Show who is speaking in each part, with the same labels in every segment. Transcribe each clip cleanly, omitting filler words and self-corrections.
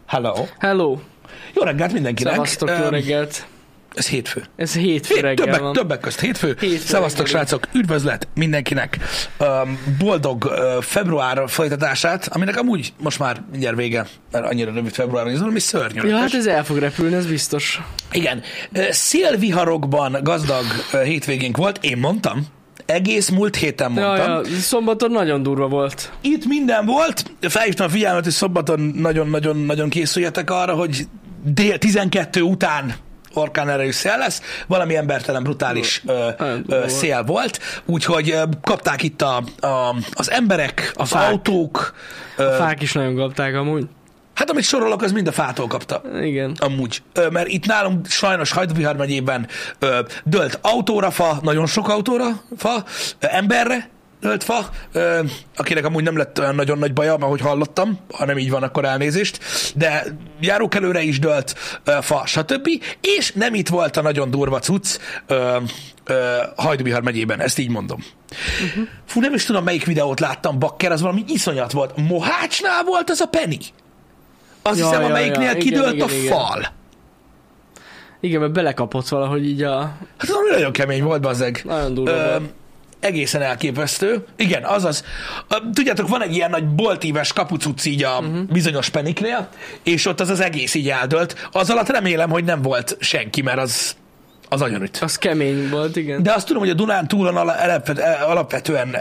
Speaker 1: Hello.
Speaker 2: Hello.
Speaker 1: Jó reggelt mindenkinek.
Speaker 2: Szevasztok, jó reggelt.
Speaker 1: Ez hétfő.
Speaker 2: Ez hétfő reggel van.
Speaker 1: Többek közt hétfő. Szevasztok, srácok, üdvözlet mindenkinek. Boldog február folytatását, aminek amúgy most már mindjárt vége, mert annyira rövid február, ez valami szörnyű.
Speaker 2: Ja, hát ez el fog repülni, ez biztos.
Speaker 1: Igen. Szélviharokban gazdag hétvégénk volt, én mondtam. Egész múlt héten mondtam.
Speaker 2: Ja, szombaton nagyon durva volt.
Speaker 1: Itt minden volt. Felhívtam a figyelmet, hogy szombaton nagyon készüljetek arra, hogy 12 után orkán erejű szél lesz. Valami embertelen, brutális szél volt. Úgyhogy kapták itt az emberek, az autók.
Speaker 2: A fák is nagyon kapták amúgy.
Speaker 1: Hát amit sorolok, az mind a fától kapta.
Speaker 2: Igen.
Speaker 1: Amúgy. Mert itt nálunk sajnos Hajdúbihar megyében dölt autóra fa, nagyon sok autóra fa, emberre dölt fa, akinek amúgy nem lett olyan nagyon nagy baja, ahogy hallottam, ha nem így van, akkor elnézést, de járókelőre is dölt fa, stb. És nem itt volt a nagyon durva cucc Hajdúbihar megyében, ezt így mondom. Uh-huh. Fú, nem is tudom, melyik videót láttam, bakker, az valami iszonyat volt. Mohácsnál volt az a Penny? Azt hiszem, amelyiknél kidőlt igen, a fal.
Speaker 2: Igen, mert belekapott valahogy így a...
Speaker 1: Hát valami nagyon kemény volt, bazzeg.
Speaker 2: Nagyon durva volt.
Speaker 1: Egészen elképesztő. Igen, azaz. Tudjátok, van egy ilyen nagy boltíves kapucuc így a bizonyos Peniknél, és ott az egész így eldölt. Az alatt remélem, hogy nem volt senki, mert az agyonüt.
Speaker 2: Az kemény volt, igen.
Speaker 1: De azt tudom, hogy a Dunán túlon alapvetően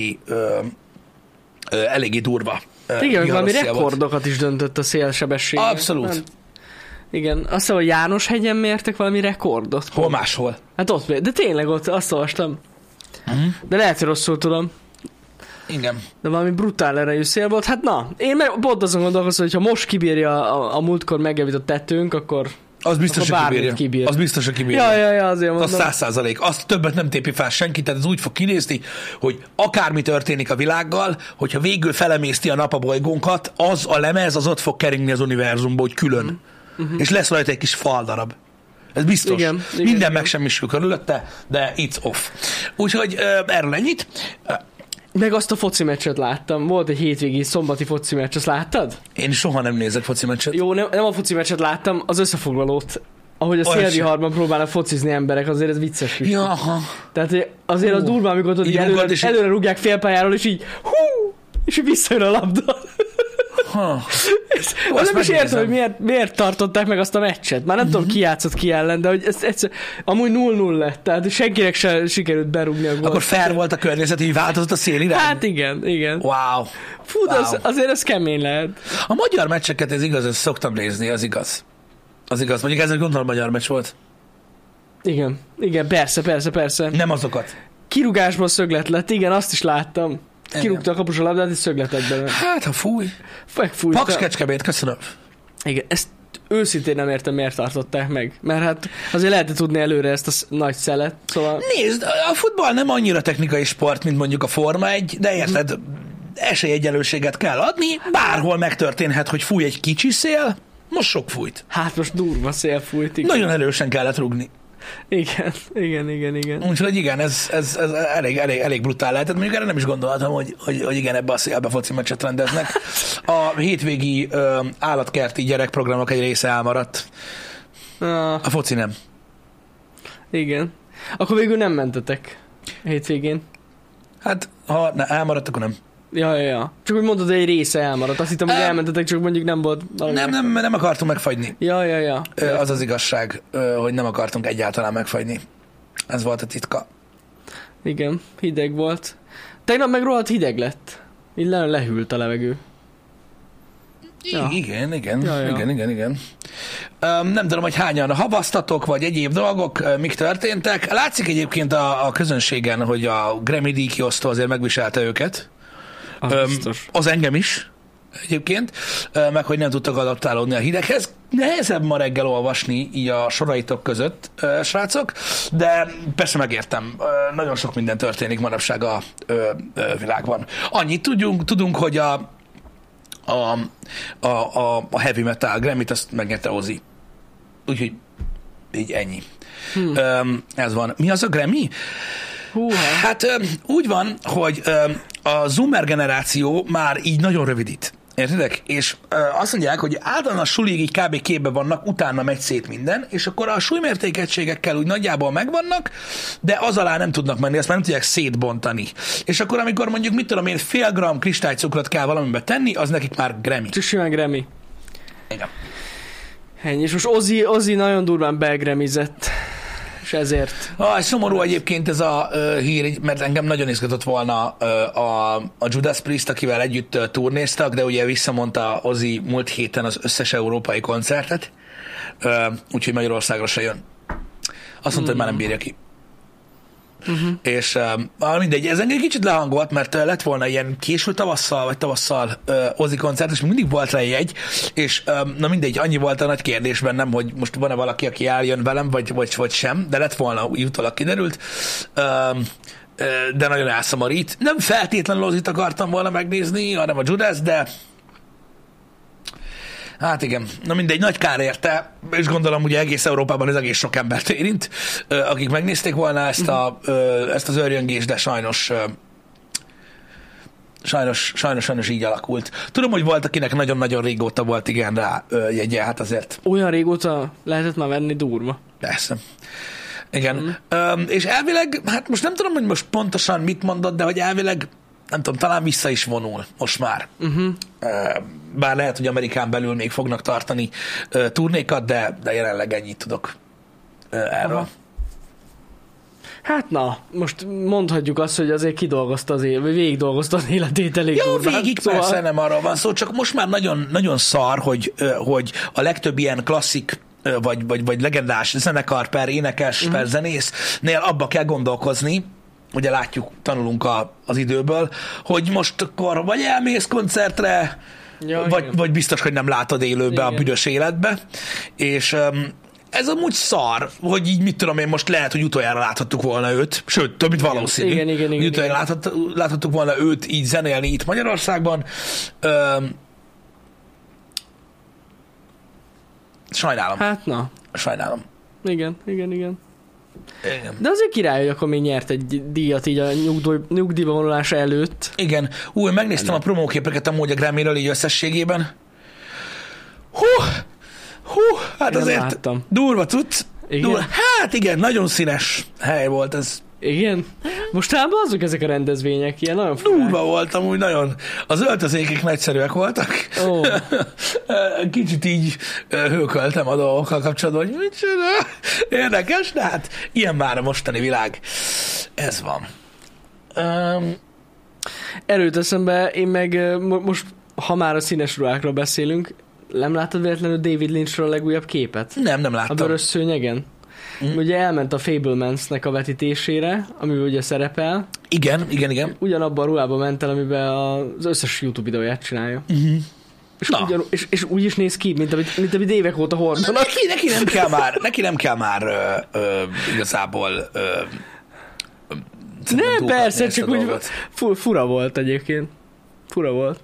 Speaker 1: eléggé durva.
Speaker 2: Igen, valami rekordokat is döntött a szélsebesség.
Speaker 1: Abszolút.
Speaker 2: Igen, azt hiszem, hogy Jánoshegyen mértek valami rekordot.
Speaker 1: Hol máshol?
Speaker 2: Hát ott, de tényleg ott, azt olvastam. De lehet, hogy rosszul tudom.
Speaker 1: Igen.
Speaker 2: De valami brutál erejű szél volt. Hát na, én meg pont azon gondolkozom, hogy ha most kibírja a múltkor megjavított tetőnk, akkor...
Speaker 1: Az biztos, hogy kibírja. Az biztos, hogy kibírja.
Speaker 2: Ja, azért mondom.
Speaker 1: Az 100%. Azt többet nem tépi fel senki, tehát ez úgy fog kinézni, hogy akármi történik a világgal, hogyha végül felemészti a nap a bolygónkat, az a lemez, az ott fog keringni az univerzumba, hogy külön. És lesz rajta egy kis faldarab. Ez biztos. Igen, minden megsemmisül körülötte, de it's off. Úgyhogy erről ennyit.
Speaker 2: Meg azt a foci meccset láttam. Volt egy hétvégi szombati foci meccs, azt láttad?
Speaker 1: Én soha nem nézek foci meccset.
Speaker 2: Jó, nem a foci meccset láttam, az összefoglalót. Ahogy a szélviharban próbálnak focizni emberek, azért ez vicces.
Speaker 1: Jaha.
Speaker 2: Tehát azért az durva, amikor tudod, előre rúgják félpályáról, és így és visszajön a labda. Nem is értem, hogy miért tartották meg azt a meccset. Már nem tudom, ki játszott ki ellen, de hogy ez amúgy 0-0 lett, tehát senkinek se sikerült berúgni a gólt.
Speaker 1: Akkor fair volt a környezet, hogy változott a szélirány?
Speaker 2: Hát igen.
Speaker 1: Wow.
Speaker 2: Fú, de azért ez kemény lehet.
Speaker 1: A magyar meccseket, ez igaz, ezt szoktam nézni, az igaz. Az igaz. Mondjuk ez egy gondolom magyar meccs volt. Igen, persze. Nem azokat.
Speaker 2: Kirúgásból szöglet lett, igen, azt is láttam. Kirúgta a kapus a labdát, és szögletett benne.
Speaker 1: Hát, ha fúj. Paks Kecskemét, köszönöm.
Speaker 2: Igen, ezt őszintén nem értem, miért tartották meg. Mert hát azért lehetett tudni előre ezt a nagy szelet, szóval...
Speaker 1: Nézd, a futball nem annyira technikai sport, mint mondjuk a Forma 1, de érted, esélyegyenlőséget kell adni, bárhol megtörténhet, hogy fúj egy kicsi szél, most sok fújt.
Speaker 2: Hát most durva szél fújt, igen.
Speaker 1: Nagyon erősen kellett rúgni.
Speaker 2: Igen.
Speaker 1: Úgyhogy igen, ez elég brutál lehetett. Mondjuk erre nem is gondoltam, hogy igen, ebbe a szélbe foci meccset rendeznek. A hétvégi állatkerti gyerekprogramok egy része elmaradt. A foci nem.
Speaker 2: Igen. Akkor végül nem mentetek a hétvégén.
Speaker 1: Hát, ha elmaradt, akkor nem.
Speaker 2: Ja. Csak úgy mondod, hogy egy része elmaradt. Azt hittem, hogy elmentetek, csak mondjuk nem volt...
Speaker 1: Nem akartunk megfagyni.
Speaker 2: Ja.
Speaker 1: Az az igazság, hogy nem akartunk egyáltalán megfagyni. Ez volt a titka. Igen,
Speaker 2: hideg volt. Tegnap meg rohadt hideg lett. Így lehűlt a levegő.
Speaker 1: Ja. Igen. Nem tudom, hogy hányan havasztatok, vagy egyéb dolgok, mik történtek. Látszik egyébként a közönségen, hogy a Grammy-díj kiosztó azért megviselte őket. Az engem is egyébként, meg hogy nem tudtak adaptálódni a hideghez. Nehezebb ma reggel olvasni így a soraitok között, srácok, de persze megértem, nagyon sok minden történik manapság a világban. Annyit tudunk, hogy a heavy metal Grammy-t azt megnyerte Ozzy. Úgyhogy így ennyi. Ez van. Mi az a Grammy? Hát úgy van, hogy a Zoomer generáció már így nagyon rövidít. Értedek? És azt mondják, hogy általán a sulig így kb. Képbe vannak, utána megy szét minden, és akkor a súlymértékegységekkel úgy nagyjából megvannak, de az alá nem tudnak menni, azt már nem tudják szétbontani. És akkor, amikor mondjuk, mit tudom én, fél gram kristálycukrot kell valamibe tenni, az nekik már Grammy.
Speaker 2: Csak simán Grammy.
Speaker 1: Igen.
Speaker 2: Ennyi. És most Ozzy nagyon durván belgramizett. És ezért.
Speaker 1: Szomorú egyébként ez a hír, mert engem nagyon izgatott volna a Judas Priest, akivel együtt turnéztak, de ugye visszamondta Ozzy múlt héten az összes európai koncertet, úgyhogy Magyarországra se jön. Azt mondta, hogy már nem bírja ki. És mindegy, ez engem kicsit lehangolt, mert lett volna ilyen késő tavasszal Ozzy koncert, és mindig volt rá jegy, és na mindegy, annyi volt a nagy kérdés bennem, hogy most van-e valaki, aki eljön velem, vagy sem, de lett volna, utólag kiderült, de nagyon elszomorít. Nem feltétlenül Ozzyt akartam volna megnézni, hanem a Judas, de hát igen, na mindegy, nagy kár érte, és gondolom ugye egész Európában ez egész sok embert érint, akik megnézték volna ezt az örjöngést, de sajnos így alakult. Tudom, hogy volt, akinek nagyon-nagyon régóta volt igen rá jegye, hát azért.
Speaker 2: Olyan régóta lehetett már venni, durva.
Speaker 1: Persze. Igen. És elvileg, hát most nem tudom, hogy most pontosan mit mondott, de hogy elvileg nem tudom, talán vissza is vonul most már. Bár lehet, hogy Amerikán belül még fognak tartani turnékat, de jelenleg ennyit tudok erről. Aha.
Speaker 2: Hát na, most mondhatjuk azt, hogy azért kidolgozta vagy végigdolgozta az életét elég durván.
Speaker 1: Végig szóval... persze nem arról van szó, csak most már nagyon, nagyon szar, hogy a legtöbb ilyen klasszik vagy legendás zenekar per énekes per zenésznél abba kell gondolkozni, ugye látjuk, tanulunk az időből, hogy most akkor vagy elmész koncertre, vagy biztos, hogy nem látod élőbe a büdös életbe, és ez amúgy szar, hogy így mit tudom én, most lehet, hogy utoljára láthattuk volna őt, sőt, több mint valószínű.
Speaker 2: Igen.
Speaker 1: Utoljára láthattuk volna őt így zenélni itt Magyarországban. Sajnálom.
Speaker 2: Hát na.
Speaker 1: Sajnálom.
Speaker 2: Igen.
Speaker 1: Igen.
Speaker 2: De azért király, hogy akkor még nyert egy díjat így a nyugdíjba vonulása előtt.
Speaker 1: Igen. Megnéztem a promóképeket amúgy a Grammy-ről így összességében. Hát én azért láttam. Durva tudsz. Hát igen, nagyon színes hely volt ez.
Speaker 2: Igen? Mostában azok ezek a rendezvények, ilyen nagyon furák.
Speaker 1: Durva volt amúgy nagyon. Az öltözékek nagyszerűek voltak. Oh. Kicsit így hőköltem a dolgokkal kapcsolatban, hogy mit csinál. Érdekes, de hát ilyen már a mostani világ. Ez van.
Speaker 2: Erőt eszembe, én meg most, ha már a színes ruhákról beszélünk, nem láttad véletlenül David Lynchről a legújabb képet?
Speaker 1: Nem láttam.
Speaker 2: A vörös szőnyegen? Ugye elment a Fablemans-nek a vetítésére, amiben ugye szerepel.
Speaker 1: Igen.
Speaker 2: Ugyanabban a ruhában ment el, amiben az összes YouTube videóját csinálja. És úgy is néz ki, mint amit évek óta hordanak.
Speaker 1: Neki nem kell már igazából
Speaker 2: nem, persze, csak úgy fura volt egyébként. Fura volt.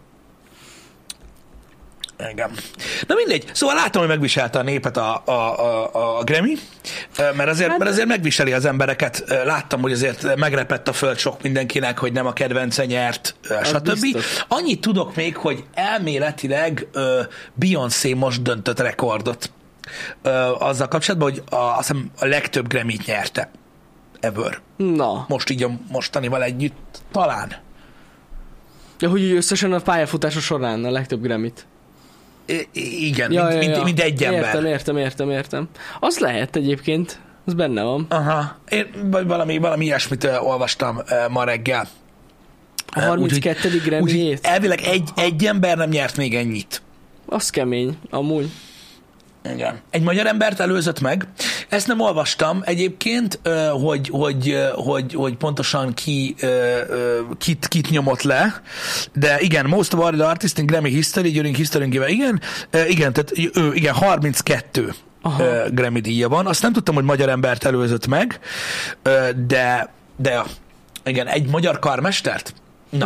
Speaker 1: Igen. Na mindegy. Szóval látom, hogy megviselte a népet a Grammy, mert azért megviseli az embereket. Láttam, hogy azért megrepett a föld sok mindenkinek, hogy nem a kedvence nyert, stb. Annyit tudok még, hogy elméletileg Beyoncé most döntött rekordot azzal kapcsolatban, hogy azt hiszem a legtöbb Grammy-t nyerte ever.
Speaker 2: Na.
Speaker 1: Most így a mostanival együtt. Talán.
Speaker 2: Ja, hogy összesen a pályafutása során a legtöbb Grammy-t.
Speaker 1: Igen, mint egy ember.
Speaker 2: Értem. Az lehet egyébként, az benne van.
Speaker 1: Aha, én valami ilyesmit olvastam ma reggel.
Speaker 2: A 32. Grammy-jét?
Speaker 1: Elvileg egy ember nem nyert még ennyit.
Speaker 2: Az kemény, amúgy.
Speaker 1: Igen. Egy magyar embert előzött meg. Ezt nem olvastam egyébként, hogy pontosan kit nyomott le, de igen, Most Awarded Artist in Grammy History during History Given, igen, tehát ő 32 Grammy díja van. Azt nem tudtam, hogy magyar embert előzött meg, de igen, egy magyar karmestert? Na.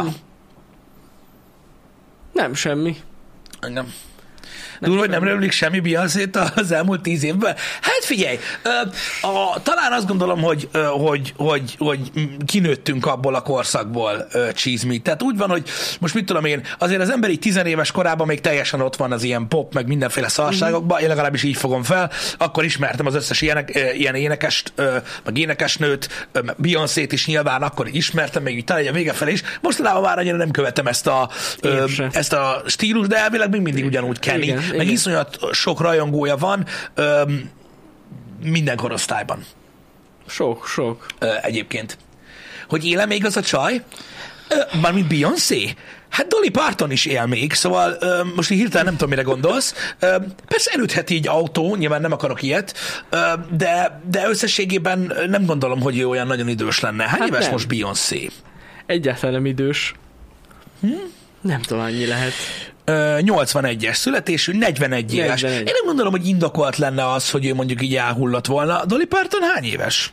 Speaker 2: Nem semmi.
Speaker 1: Nem. Durva, hogy nem rövlik semmi Beyoncét az elmúlt 10 évben? Hát Hát figyelj, talán azt gondolom, hogy kinőttünk abból a korszakból csizmit. Tehát úgy van, hogy most mit tudom én, azért az ember így 10 éves korában még teljesen ott van az ilyen pop, meg mindenféle szarságokban, én legalábbis így fogom fel, akkor ismertem az összes ilyen énekest, meg énekesnőt, Beyoncét is nyilván akkor ismertem, még így talán a vége felé is. Mostanában már annyira nem követem ezt a stílus, de elvileg még mindig ugyanúgy Kenny. Meg iszonyat sok rajongója van minden korosztályban.
Speaker 2: Sok.
Speaker 1: Egyébként. Hogy éle még az a csaj? Mármint Beyoncé? Hát Dolly Parton is él még, szóval most így hirtelen nem tudom, mire gondolsz. Persze elütheti egy autó, nyilván nem akarok ilyet, de összességében nem gondolom, hogy ő olyan nagyon idős lenne. Hány éves nem. Most Beyoncé?
Speaker 2: Egyáltalán nem idős. Nem tudom, annyi lehet.
Speaker 1: 81-es születésű, 41 éves. 41. Én nem gondolom, hogy indokolt lenne az, hogy ő mondjuk így elhullott volna. Dolly Parton hány éves?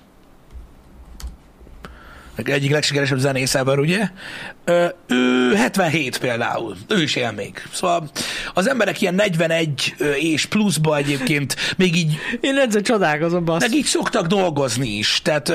Speaker 1: Egyik legsikeresebb zenészában, ugye? Ő 77 például. Ő is él még. Szóval az emberek ilyen 41 és pluszba egyébként még így...
Speaker 2: Én ezzel csodálkozom, bassz.
Speaker 1: Meg így szoktak dolgozni is. Tehát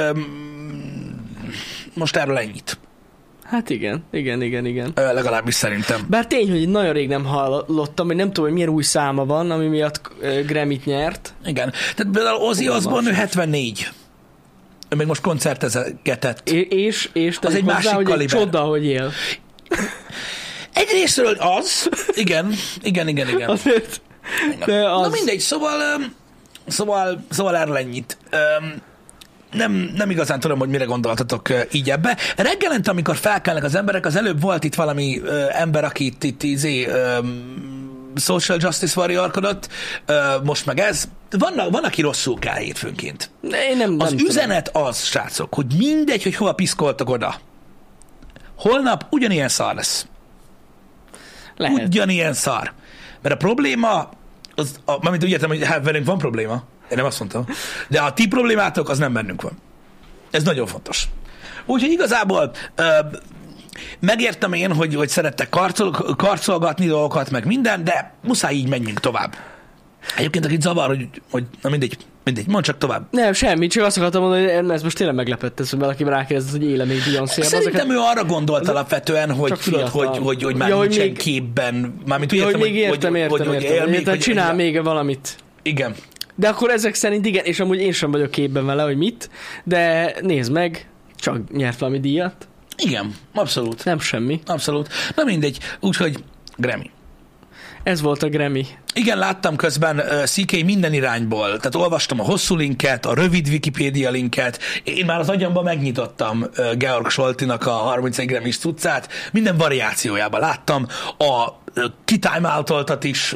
Speaker 1: most erről ennyit.
Speaker 2: Hát igen.
Speaker 1: Legalábbis szerintem.
Speaker 2: Bár tény, hogy nagyon rég nem hallottam, hogy nem tudom, hogy milyen új száma van, ami miatt Grammy-t nyert.
Speaker 1: Igen. Tehát például Ozzy Osbourne, ő 74. Ő még most koncertezgetett.
Speaker 2: És az egy másik hogy kaliber. Egy csoda, hogy él.
Speaker 1: Egyrésztről az. Igen.
Speaker 2: Azért. De az...
Speaker 1: Na mindegy, szóval erről ennyit. Nem igazán tudom, hogy mire gondoltatok így ebbe. Reggelente, amikor felkelnek az emberek, az előbb volt itt valami ember, aki itt social justice warrior-kodott, most meg ez. Van, aki rosszul kell hétfőnként. Az üzenet az, srácok, hogy mindegy, hogy hova piszkoltok oda. Holnap ugyanilyen szar lesz.
Speaker 2: Lehet.
Speaker 1: Ugyanilyen szar. Mert a probléma, mármint úgy értem, hogy hát velünk van probléma. Én nem azt mondtam. De a ti problémátok, az nem bennünk van. Ez nagyon fontos. Úgyhogy igazából megértem én, hogy szerettek karcolgatni dolgokat, meg minden, de muszáj így menjünk tovább. Egyébként akit zavar, hogy na mindegy, mondd csak tovább.
Speaker 2: Nem, semmi, csak azt akartam mondani, hogy ez most tényleg meglepett, hogy valaki rákérdezett, hogy éle még Beyoncé.
Speaker 1: Szerintem ő arra gondolt alapvetően, hogy tudod, hogy már nincsen még... képben. Mármint úgy értem,
Speaker 2: hogy értem. Csinál még valamit.
Speaker 1: Igen.
Speaker 2: De akkor ezek szerint igen, és amúgy én sem vagyok képben vele, hogy mit, de nézd meg, csak nyert valami díjat.
Speaker 1: Igen, abszolút.
Speaker 2: Nem semmi.
Speaker 1: Abszolút. Na mindegy, úgyhogy Grammy.
Speaker 2: Ez volt a Grammy.
Speaker 1: Igen, láttam közben CK minden irányból, tehát olvastam a hosszú linket, a rövid Wikipédia linket, én már az agyamban megnyitottam Georg Soltinak a 31 Grammy-s cuccát, minden variációjában láttam, a kitime-out-oltat is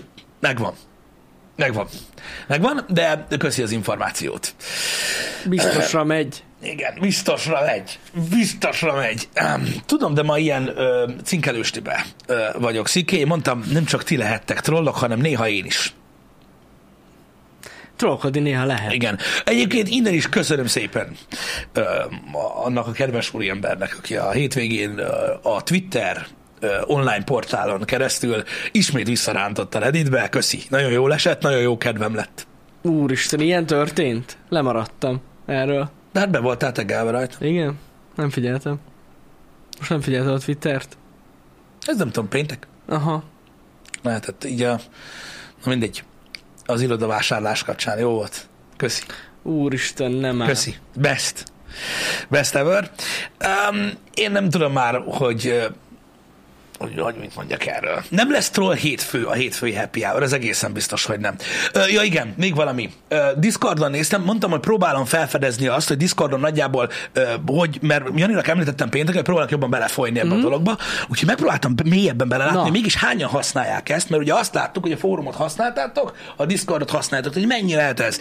Speaker 1: megvan, de köszi az információt.
Speaker 2: Biztosra megy.
Speaker 1: Igen, biztosra megy. Tudom, de ma ilyen cinkelőstibe vagyok. Sziké, mondtam, nem csak ti lehettek trollok, hanem néha én is.
Speaker 2: Trollkodni néha lehet.
Speaker 1: Igen. Egyébként innen is köszönöm szépen annak a kedves úriembernek, aki a hétvégén a Twitter online portálon keresztül ismét visszarántott a Redditbe. Köszi. Nagyon jól esett, nagyon jó kedvem lett.
Speaker 2: Úristen, ilyen történt? Lemaradtam erről.
Speaker 1: De hát be voltál tegelve rajta.
Speaker 2: Igen? Nem figyeltem. Most nem figyeltem a Twittert.
Speaker 1: Ez nem tudom, péntek.
Speaker 2: Aha.
Speaker 1: Lehetett így na mindegy. Az irodavásárlás kapcsán jó volt. Köszi.
Speaker 2: Úristen, nem áll.
Speaker 1: Köszi. Best ever. Én nem tudom már, hogy mit mondjak erről. Nem lesz troll hétfő, a hétfői happy hour, ez egészen biztos, hogy nem. Ja igen, még valami. Discordon néztem, mondtam, hogy próbálom felfedezni azt, hogy Discordon nagyjából, mert Janinak említettem pénteken, hogy próbálok jobban belefolyni ebbe a dologba, úgyhogy megpróbáltam mélyebben belelátni, hogy mégis hányan használják ezt, mert ugye azt láttuk, hogy a fórumot használtátok, a Discordot használtátok, hogy mennyi lehet ez.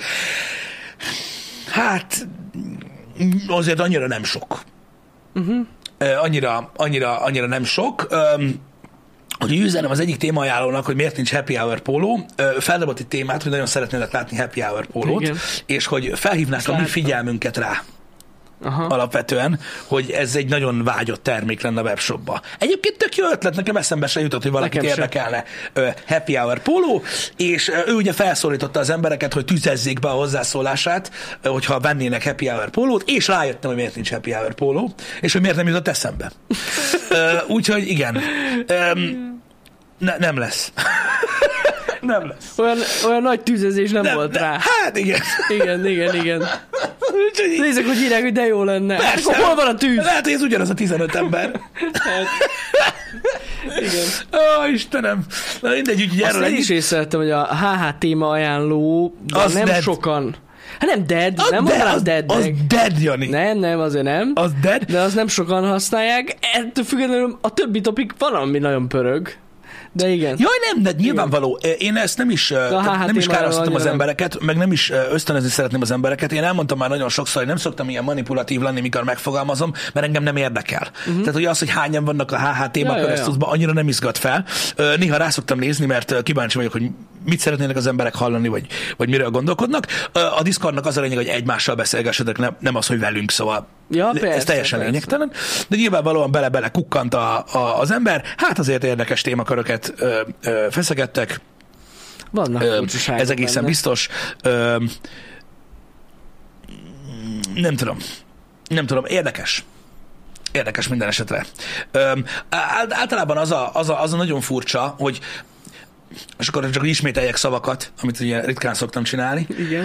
Speaker 1: Hát, azért annyira nem sok. Annyira nem sok. Hogy üzenem az egyik témaajánlónak, hogy miért nincs happy hour póló, feldobott egy témát, hogy nagyon szeretnének látni happy hour pólót, igen. És hogy felhívnák a mi figyelmünket rá. alapvetően, hogy ez egy nagyon vágyott termék lenne a webshopba. Egyébként tök jó ötlet, nekem eszembe se jutott, hogy valakit érdekelne Happy Hour póló, és ő ugye felszólította az embereket, hogy tüzezzék be a hozzászólását, hogyha vennének Happy Hour pólót, és rájöttem, hogy miért nincs Happy Hour póló, és hogy miért nem jutott eszembe. Úgyhogy igen, nem lesz. Nem lesz.
Speaker 2: Olyan nagy tüzezés nem volt rá.
Speaker 1: Hát igen.
Speaker 2: Igen. Nézzük, hogy írják, hogy de jó lenne.
Speaker 1: Persze.
Speaker 2: Akkor hol van a tűz?
Speaker 1: Lehet, hogy ez ugyanaz a 15 ember.
Speaker 2: Hát. Igen.
Speaker 1: Istenem. Na mindegy, úgyhogy
Speaker 2: Azt én is észrevettem, hogy a HH téma ajánló, de nem
Speaker 1: dead.
Speaker 2: sokan. Hát nem dead, nem mondanám deadnek.
Speaker 1: Az dead, Jani.
Speaker 2: Nem, azért nem.
Speaker 1: Az dead.
Speaker 2: De azt nem sokan használják. Ettől függetlenül a többi topik valami nagyon pörög. De igen.
Speaker 1: Jaj, nem, de nyilvánvaló. Én ezt nem is károztatom az embereket, meg nem is ösztönözni szeretném az embereket. Én elmondtam már nagyon sokszor, hogy nem szoktam ilyen manipulatív lenni, mikor megfogalmazom, mert engem nem érdekel. Tehát ugye az, hogy hányan vannak a HH témaköröztuszban, annyira nem izgat fel. Néha rá szoktam nézni, mert kíváncsi vagyok, hogy mit szeretnének az emberek hallani, vagy miről gondolkodnak. A Discordnak az a lényeg, hogy egymással beszélgessetek, nem az, hogy velünk, szóval persze, ez teljesen lényegtelen. De nyilvánvalóan bele-bele kukkant az ember. Hát azért érdekes témaköröket feszegettek.
Speaker 2: Vannak
Speaker 1: ez egészen benne. Biztos. Nem tudom. Érdekes minden esetre. Általában az a nagyon furcsa, hogy és akkor csak ismételjek szavakat, amit ugye ritkán szoktam csinálni.
Speaker 2: Igen.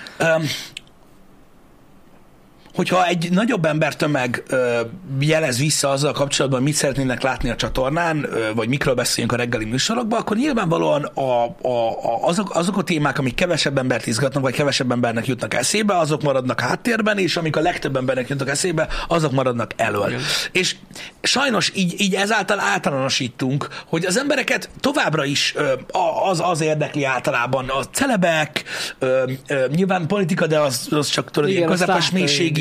Speaker 1: Hogyha egy nagyobb embertömeg jelez vissza azzal kapcsolatban, mit szeretnének látni a csatornán, vagy mikről beszéljünk a reggeli műsorokban, akkor nyilvánvalóan azok a témák, amik kevesebb embert izgatnak, vagy kevesebb embernek jutnak eszébe, azok maradnak háttérben, és amik a legtöbb embernek jutnak eszébe, azok maradnak elől. Igen. És sajnos így ezáltal általánosítunk, hogy az embereket továbbra is az érdekli általában a celebek, nyilván politika, de az csak tudod, ilyen közepes mélységig,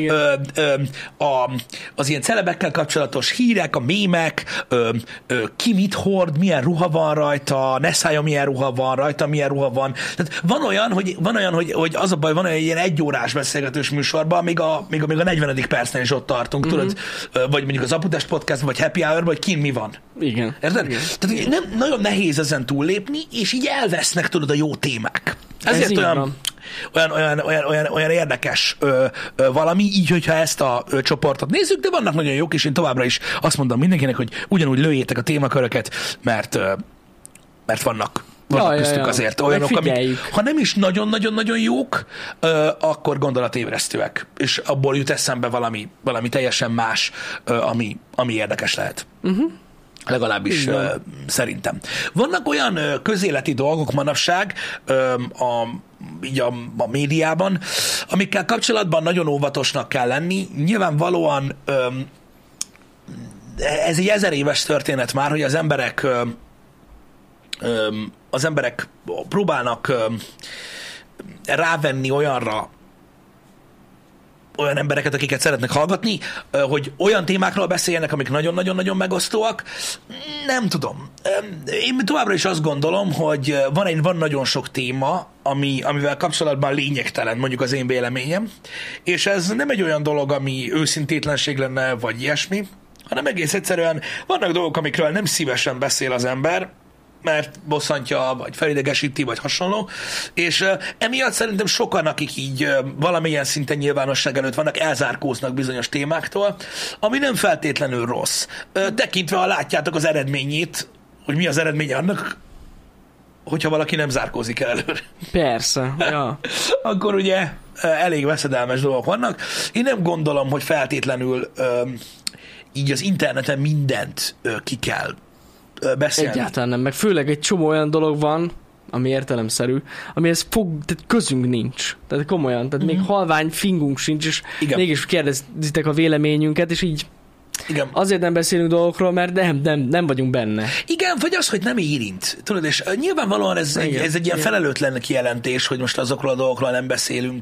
Speaker 1: az ilyen celebekkel kapcsolatos hírek, a mémek, ki mit hord, milyen ruha van rajta, ne szálljon, milyen ruha van rajta, milyen ruha van. Tehát van olyan, hogy az a baj, van olyan ilyen egyórás beszélgetős műsorban, még a 40. percnél is ott tartunk, tudod, vagy mondjuk az Aputest podcast, vagy Happy Hour, vagy kin mi van.
Speaker 2: Igen.
Speaker 1: Érted? Igen. Tehát nem, nagyon nehéz ezen túllépni, és így elvesznek, tudod, a jó témák. Ezért olyan érdekes valami, így, hogyha ezt a csoportot nézzük, de vannak nagyon jók, és én továbbra is azt mondom mindenkinek, hogy ugyanúgy lőjétek a témaköröket, mert vannak köztük azért olyanok, amik, ha nem is nagyon-nagyon-nagyon jók, akkor gondolatébresztőek, és abból jut eszembe valami teljesen más, ami érdekes lehet. Legalábbis szerintem. Vannak olyan közéleti dolgok manapság így a médiában, amikkel kapcsolatban nagyon óvatosnak kell lenni. Nyilvánvalóan ez egy 1000 éves történet már, hogy az emberek próbálnak rávenni olyan embereket, akiket szeretnek hallgatni, hogy olyan témákról beszéljenek, amik nagyon-nagyon-nagyon megosztóak. Nem tudom. Én továbbra is azt gondolom, hogy van nagyon sok téma, amivel kapcsolatban lényegtelen, mondjuk az én véleményem, és ez nem egy olyan dolog, ami őszintétlenség lenne, vagy ilyesmi, hanem egész egyszerűen vannak dolgok, amikről nem szívesen beszél az ember, mert bosszantja, vagy felidegesíti, vagy hasonló, és emiatt szerintem sokan, akik így valamilyen szinten nyilvánosság előtt vannak, elzárkóznak bizonyos témáktól, ami nem feltétlenül rossz. Tekintve, ha látjátok az eredményét, hogy mi az eredménye annak, hogyha valaki nem zárkózik el előre.
Speaker 2: Persze, ja.
Speaker 1: Akkor ugye elég veszedelmes dolgok vannak. Én nem gondolom, hogy feltétlenül így az interneten mindent ki kell beszélni.
Speaker 2: Egyáltalán nem, meg főleg egy csomó olyan dolog van, ami értelemszerű, amihez tehát közünk nincs. Tehát komolyan, tehát még halvány fingunk sincs, és mégis kérdezitek a véleményünket, és így azért nem beszélünk dolgokról, mert nem vagyunk benne. Igen,
Speaker 1: vagy az, hogy nem érint. Tudod, és nyilvánvalóan ez egy ilyen felelőtlen kijelentés, hogy most azokról a dolgokról nem beszélünk,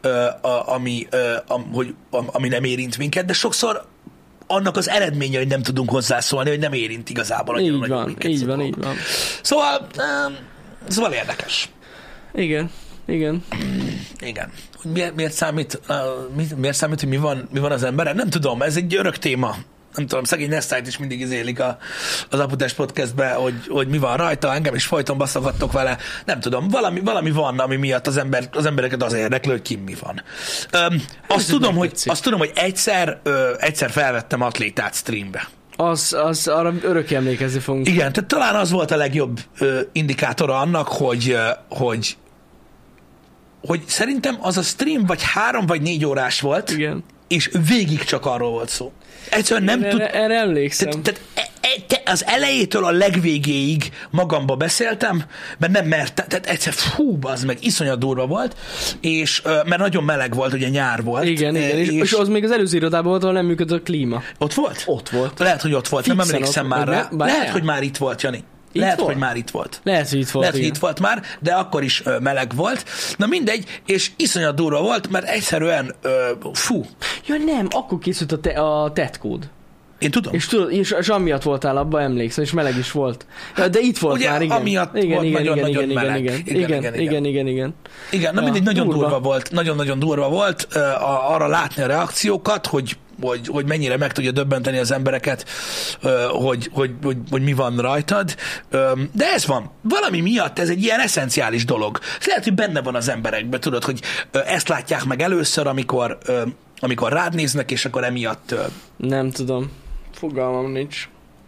Speaker 1: ami nem érint minket, de sokszor annak az eredménye, hogy nem tudunk hozzászólni, hogy nem érint igazából annyira nagyon minket.
Speaker 2: Így van.
Speaker 1: Szóval érdekes.
Speaker 2: Igen. Igen.
Speaker 1: Igen. Miért számít, hogy mi van az emberen? Nem tudom, ez egy örök téma. Nem tudom, szegény Nesztályt is mindig izélik az Aputest podcastbe, hogy mi van rajta, engem is folyton baszogattok vele. Nem tudom, valami van, ami miatt az embereket az érdeklő, hogy ki mi van. Azt tudom, hogy egyszer felvettem atlétát streambe.
Speaker 2: Az arra örökké emlékezni fogunk.
Speaker 1: Igen, tehát talán az volt a legjobb indikátora annak, hogy szerintem az a stream vagy 3 vagy 4 órás volt,
Speaker 2: igen.
Speaker 1: És végig csak arról volt szó. Egyszerűen nem tud...
Speaker 2: Erre emlékszem.
Speaker 1: Tehát az elejétől a legvégéig magamba beszéltem, mert nem mertem, tehát egyszer az meg iszonyat durva volt, és mert nagyon meleg volt, ugye nyár volt.
Speaker 2: Igen, és az még az előző irodában volt, ahol nem működött a klíma.
Speaker 1: Ott volt?
Speaker 2: Ott volt.
Speaker 1: Lehet, hogy ott volt, nem emlékszem már rá. Lehet, hogy már itt volt, Jani. Hogy már itt volt.
Speaker 2: Lehet, hogy itt volt
Speaker 1: már, de akkor is meleg volt. Na mindegy, és iszonyat durva volt, mert egyszerűen
Speaker 2: Ja nem, akkor készült a tetkód.
Speaker 1: Én tudom.
Speaker 2: És amiatt voltál abban, emlékszem, és meleg is volt. De itt volt
Speaker 1: ugye,
Speaker 2: már, igen.
Speaker 1: Amiatt volt nagyon-nagyon meleg.
Speaker 2: Igen.
Speaker 1: Igen, na mindegy, nagyon durva volt. Nagyon-nagyon durva volt arra látni a reakciókat, hogy mennyire meg tudja döbbenteni az embereket, hogy mi van rajtad. De ez van. Valami miatt ez egy ilyen eszenciális dolog. Lehet, hogy benne van az emberekben, tudod, hogy ezt látják meg először, amikor rád néznek, és akkor emiatt...
Speaker 2: Nem tudom. Fogalmam nincs,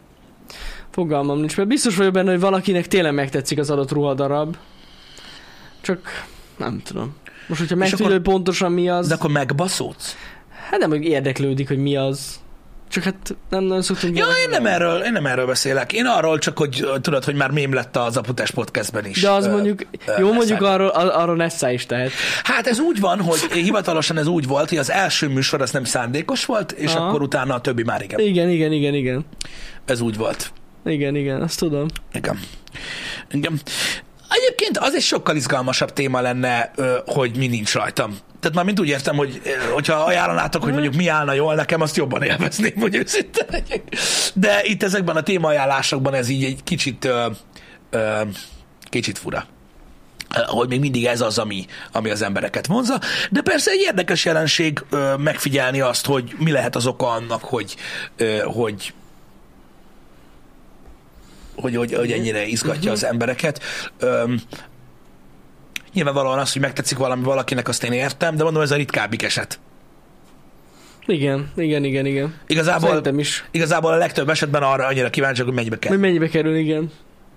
Speaker 2: mert biztos vagyok benne, hogy valakinek tényleg megtetszik az adott ruhadarab. Csak nem tudom. Most, hogyha megtudja, hogy pontosan mi az...
Speaker 1: De akkor megbaszódsz?
Speaker 2: Hát nem, hogy érdeklődik, hogy mi az. Csak hát nem nagyon szoktunk...
Speaker 1: Ja, én nem erről beszélek. Én arról csak, hogy tudod, hogy már mém lett az Aputest podcastben is.
Speaker 2: De az mondjuk, mondjuk arról Nessá is tehet.
Speaker 1: Hát ez úgy van, hogy hivatalosan ez úgy volt, hogy az első műsor az nem szándékos volt, és akkor utána a többi már igen.
Speaker 2: Igen. Ez
Speaker 1: úgy volt.
Speaker 2: Igen, azt tudom.
Speaker 1: Igen. Egyébként az egy sokkal izgalmasabb téma lenne, hogy mi nincs rajtam. Tehát már mind úgy értem, hogy hogyha ajánlanátok, hogy mondjuk mi állna jól nekem, azt jobban élvezném, hogy őszinte legyek. De itt ezekben a témaajánlásokban ez így egy kicsit fura. Hogy még mindig ez az, ami az embereket vonza. De persze egy érdekes jelenség megfigyelni azt, hogy mi lehet az oka annak, hogy ennyire izgatja az embereket. Nyilvánvalóan az, hogy megtetszik valami valakinek, azt én értem, de mondom, ez a ritkábbik eset.
Speaker 2: Igen.
Speaker 1: Igazából a legtöbb esetben arra annyira kíváncsiak, hogy mennyibe kell.
Speaker 2: Mennyibe kerül, igen.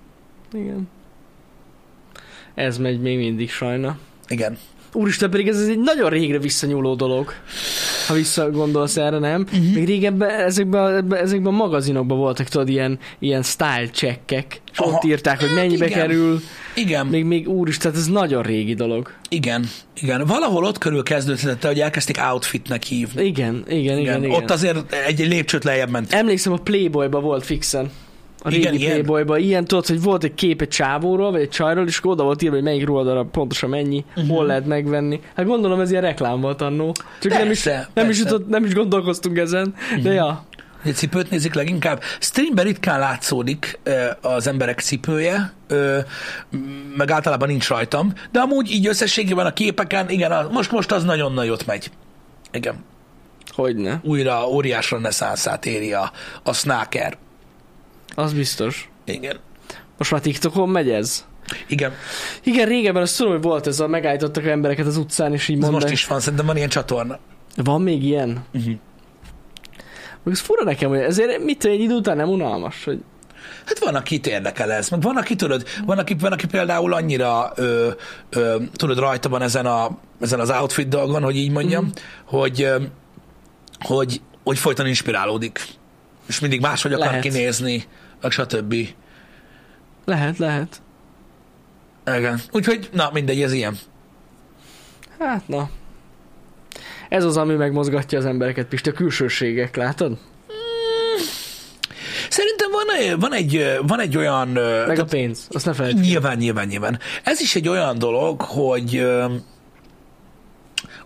Speaker 2: Ez megy még mindig sajna.
Speaker 1: Igen.
Speaker 2: Úristen, pedig ez egy nagyon régre visszanyúló dolog. Ha visszagondolsz erre, nem? Még régebben ezekben a magazinokban voltak, tudod, ilyen style checkek, és ott írták, hogy mennyibe kerül.
Speaker 1: Igen.
Speaker 2: Még úristen, ez nagyon régi dolog.
Speaker 1: Igen. Valahol ott körül kezdődhetett, hogy elkezdték outfitnek hívni.
Speaker 2: Igen.
Speaker 1: Ott azért egy lépcsőt lejjebb ment.
Speaker 2: Emlékszem, a Playboyba volt fixen. A régi Playboyban ilyen, tudod, hogy volt egy kép egy csávóról, vagy egy csajról, és oda volt írva, hogy melyik ruhadarab pontosan mennyi, hol lehet megvenni. Hát gondolom ez ilyen reklám volt annó. Csak persze, nem is gondolkoztunk ezen, de ja.
Speaker 1: Egy cipőt nézik leginkább. Streamben ritkán látszódik az emberek cipője, meg általában nincs rajtam, de amúgy így összességében a képeken, igen, most az nagyon nagyot megy. Igen.
Speaker 2: Hogyne.
Speaker 1: Újra óriás reneszánszát éri a snacker.
Speaker 2: Az biztos.
Speaker 1: Igen.
Speaker 2: Most már TikTokon megy ez?
Speaker 1: Igen.
Speaker 2: Igen, régebben azt tudom, hogy volt ez megállítottak embereket az utcán, és így mondani.
Speaker 1: Most is van, szerintem van ilyen csatorna.
Speaker 2: Van még ilyen? Ez fura nekem, hogy ezért egy idő után nem unalmas, hogy...
Speaker 1: Hát van, akit érdekel ez. Meg van, aki tudod, van, aki például annyira tudod, rajta van ezen az outfit dolgon, hogy így mondjam, hogy folyton inspirálódik. És mindig máshogy akar kinézni, meg stb.
Speaker 2: Lehet.
Speaker 1: Igen. Úgyhogy, na mindegy, ez ilyen.
Speaker 2: Hát, na. Ez az, ami megmozgatja az embereket, Pisti, a külsőségek, látod?
Speaker 1: Szerintem van egy olyan...
Speaker 2: Meg a pénz, azt ne felejtsd.
Speaker 1: Nyilván. Ez is egy olyan dolog, hogy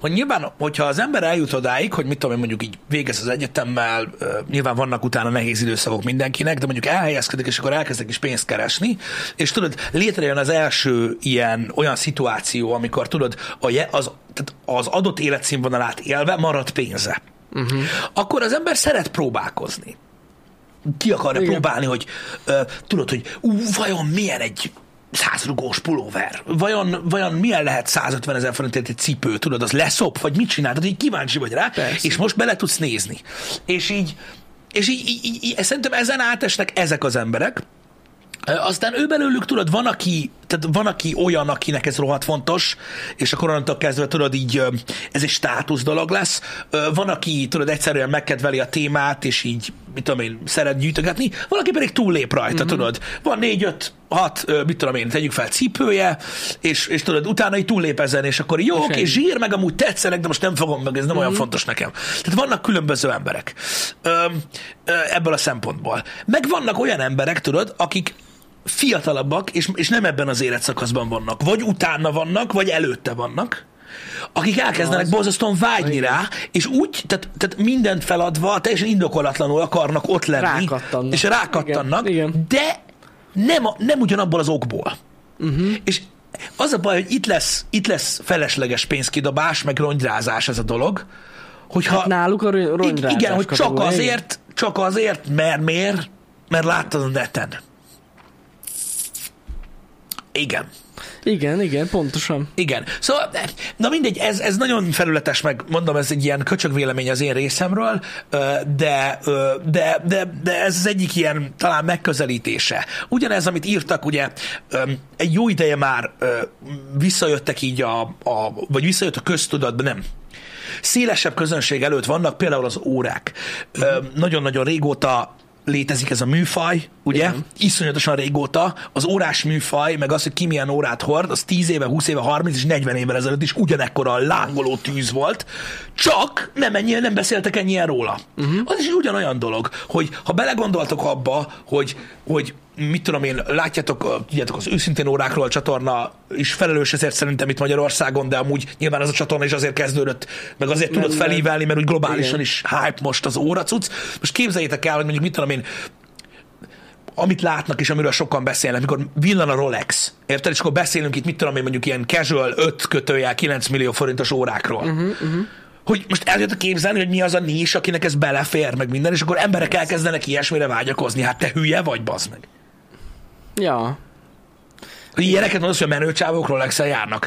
Speaker 1: hogy nyilván, hogyha az ember eljut odáig, hogy mit tudom én, mondjuk így végez az egyetemmel, nyilván vannak utána nehéz időszakok mindenkinek, de mondjuk elhelyezkedik, és akkor elkezdek is pénzt keresni, és tudod, létrejön az első olyan szituáció, amikor tudod, az adott életszínvonalát élve marad pénze. Akkor az ember szeret próbálkozni. Ki akarja próbálni, hogy tudod, hogy vajon milyen egy 100 rugós pulóver? Vajon milyen lehet 150 000 forintért egy cipő? Tudod, az leszop? Vagy mit csináltad? Így kíváncsi vagy rá, persze. És most bele tudsz nézni. És így szerintem ezen átesnek ezek az emberek. Aztán ő belőlük, tudod, van, aki olyan, akinek ez rohadt fontos, és akkor onnantól kezdve, tudod, így ez egy státusz dolog lesz. Van, aki, tudod, egyszerűen megkedveli a témát, és így, mit tudom én, szeret gyűjtögetni. Valaki pedig túllép rajta, tudod. Van 4-5-6, mit tudom én, tegyük fel cipője, és tudod, utána így túllép ezen, és akkor jó, oké, zsír, meg amúgy tetszenek, de most nem fogom meg, ez nem olyan fontos nekem. Tehát vannak különböző emberek ebből a szempontból. Meg vannak olyan emberek, tudod, akik fiatalabbak, és nem ebben az életszakaszban vannak. Vagy utána vannak, vagy előtte vannak, akik elkezdenek borzasztóan vágyni rá, és úgy, tehát mindent feladva, teljesen indokolatlanul akarnak ott lenni. És rákattannak, igen. De nem ugyanabból az okból. És az a baj, hogy itt lesz felesleges pénzkidobás, meg rongyrázás ez a dolog, hogyha... Hát
Speaker 2: náluk a rongyrázás.
Speaker 1: Igen, hogy csak azért, mert láttad a neten. Igen, pontosan. Igen. Szóval, na mindegy, ez nagyon felületes, meg mondom, ez egy ilyen köcsög vélemény az én részemről, de ez az egyik ilyen talán megközelítése. Ugyanez, amit írtak, ugye egy jó ideje már visszajöttek így vagy visszajött a köztudatba, nem. Szélesebb közönség előtt vannak például az órák. Nagyon-nagyon régóta létezik ez a műfaj, ugye? Igen. Iszonyatosan régóta. Az órás műfaj, meg az, hogy ki milyen órát hord, az 10 éve, 20 éve, 30 és 40 évvel ezelőtt is ugyanekkora lángoló tűz volt, csak nem beszéltek ennyien róla. Az is ugyanolyan dolog, hogy ha belegondoltok abba, hogy mit tudom én, tudjátok, az Őszintén órákról a csatorna is felelős ezért szerintem itt Magyarországon, de amúgy nyilván az a csatorna is azért kezdődött, meg azért tudott felívelni, mert úgy globálisan is hype most az óracuc. Most képzeljétek el, hogy mondjuk mit tudom én, amit látnak és amiről sokan beszélnek, mikor villan a Rolex, érted? És akkor beszélünk itt, mit tudom én, mondjuk ilyen casual 9 millió forintos órákról. Hogy most el tudod képzelni, hogy mi az a nís, akinek ez belefér, meg minden, és akkor emberek elkezdenek ilyesmire vágyakozni. Hát te hülye vagy, bazd meg.
Speaker 2: Ja.
Speaker 1: Hogy ilyeneket mondasz, hogy a menőcsávók Rolex-el járnak.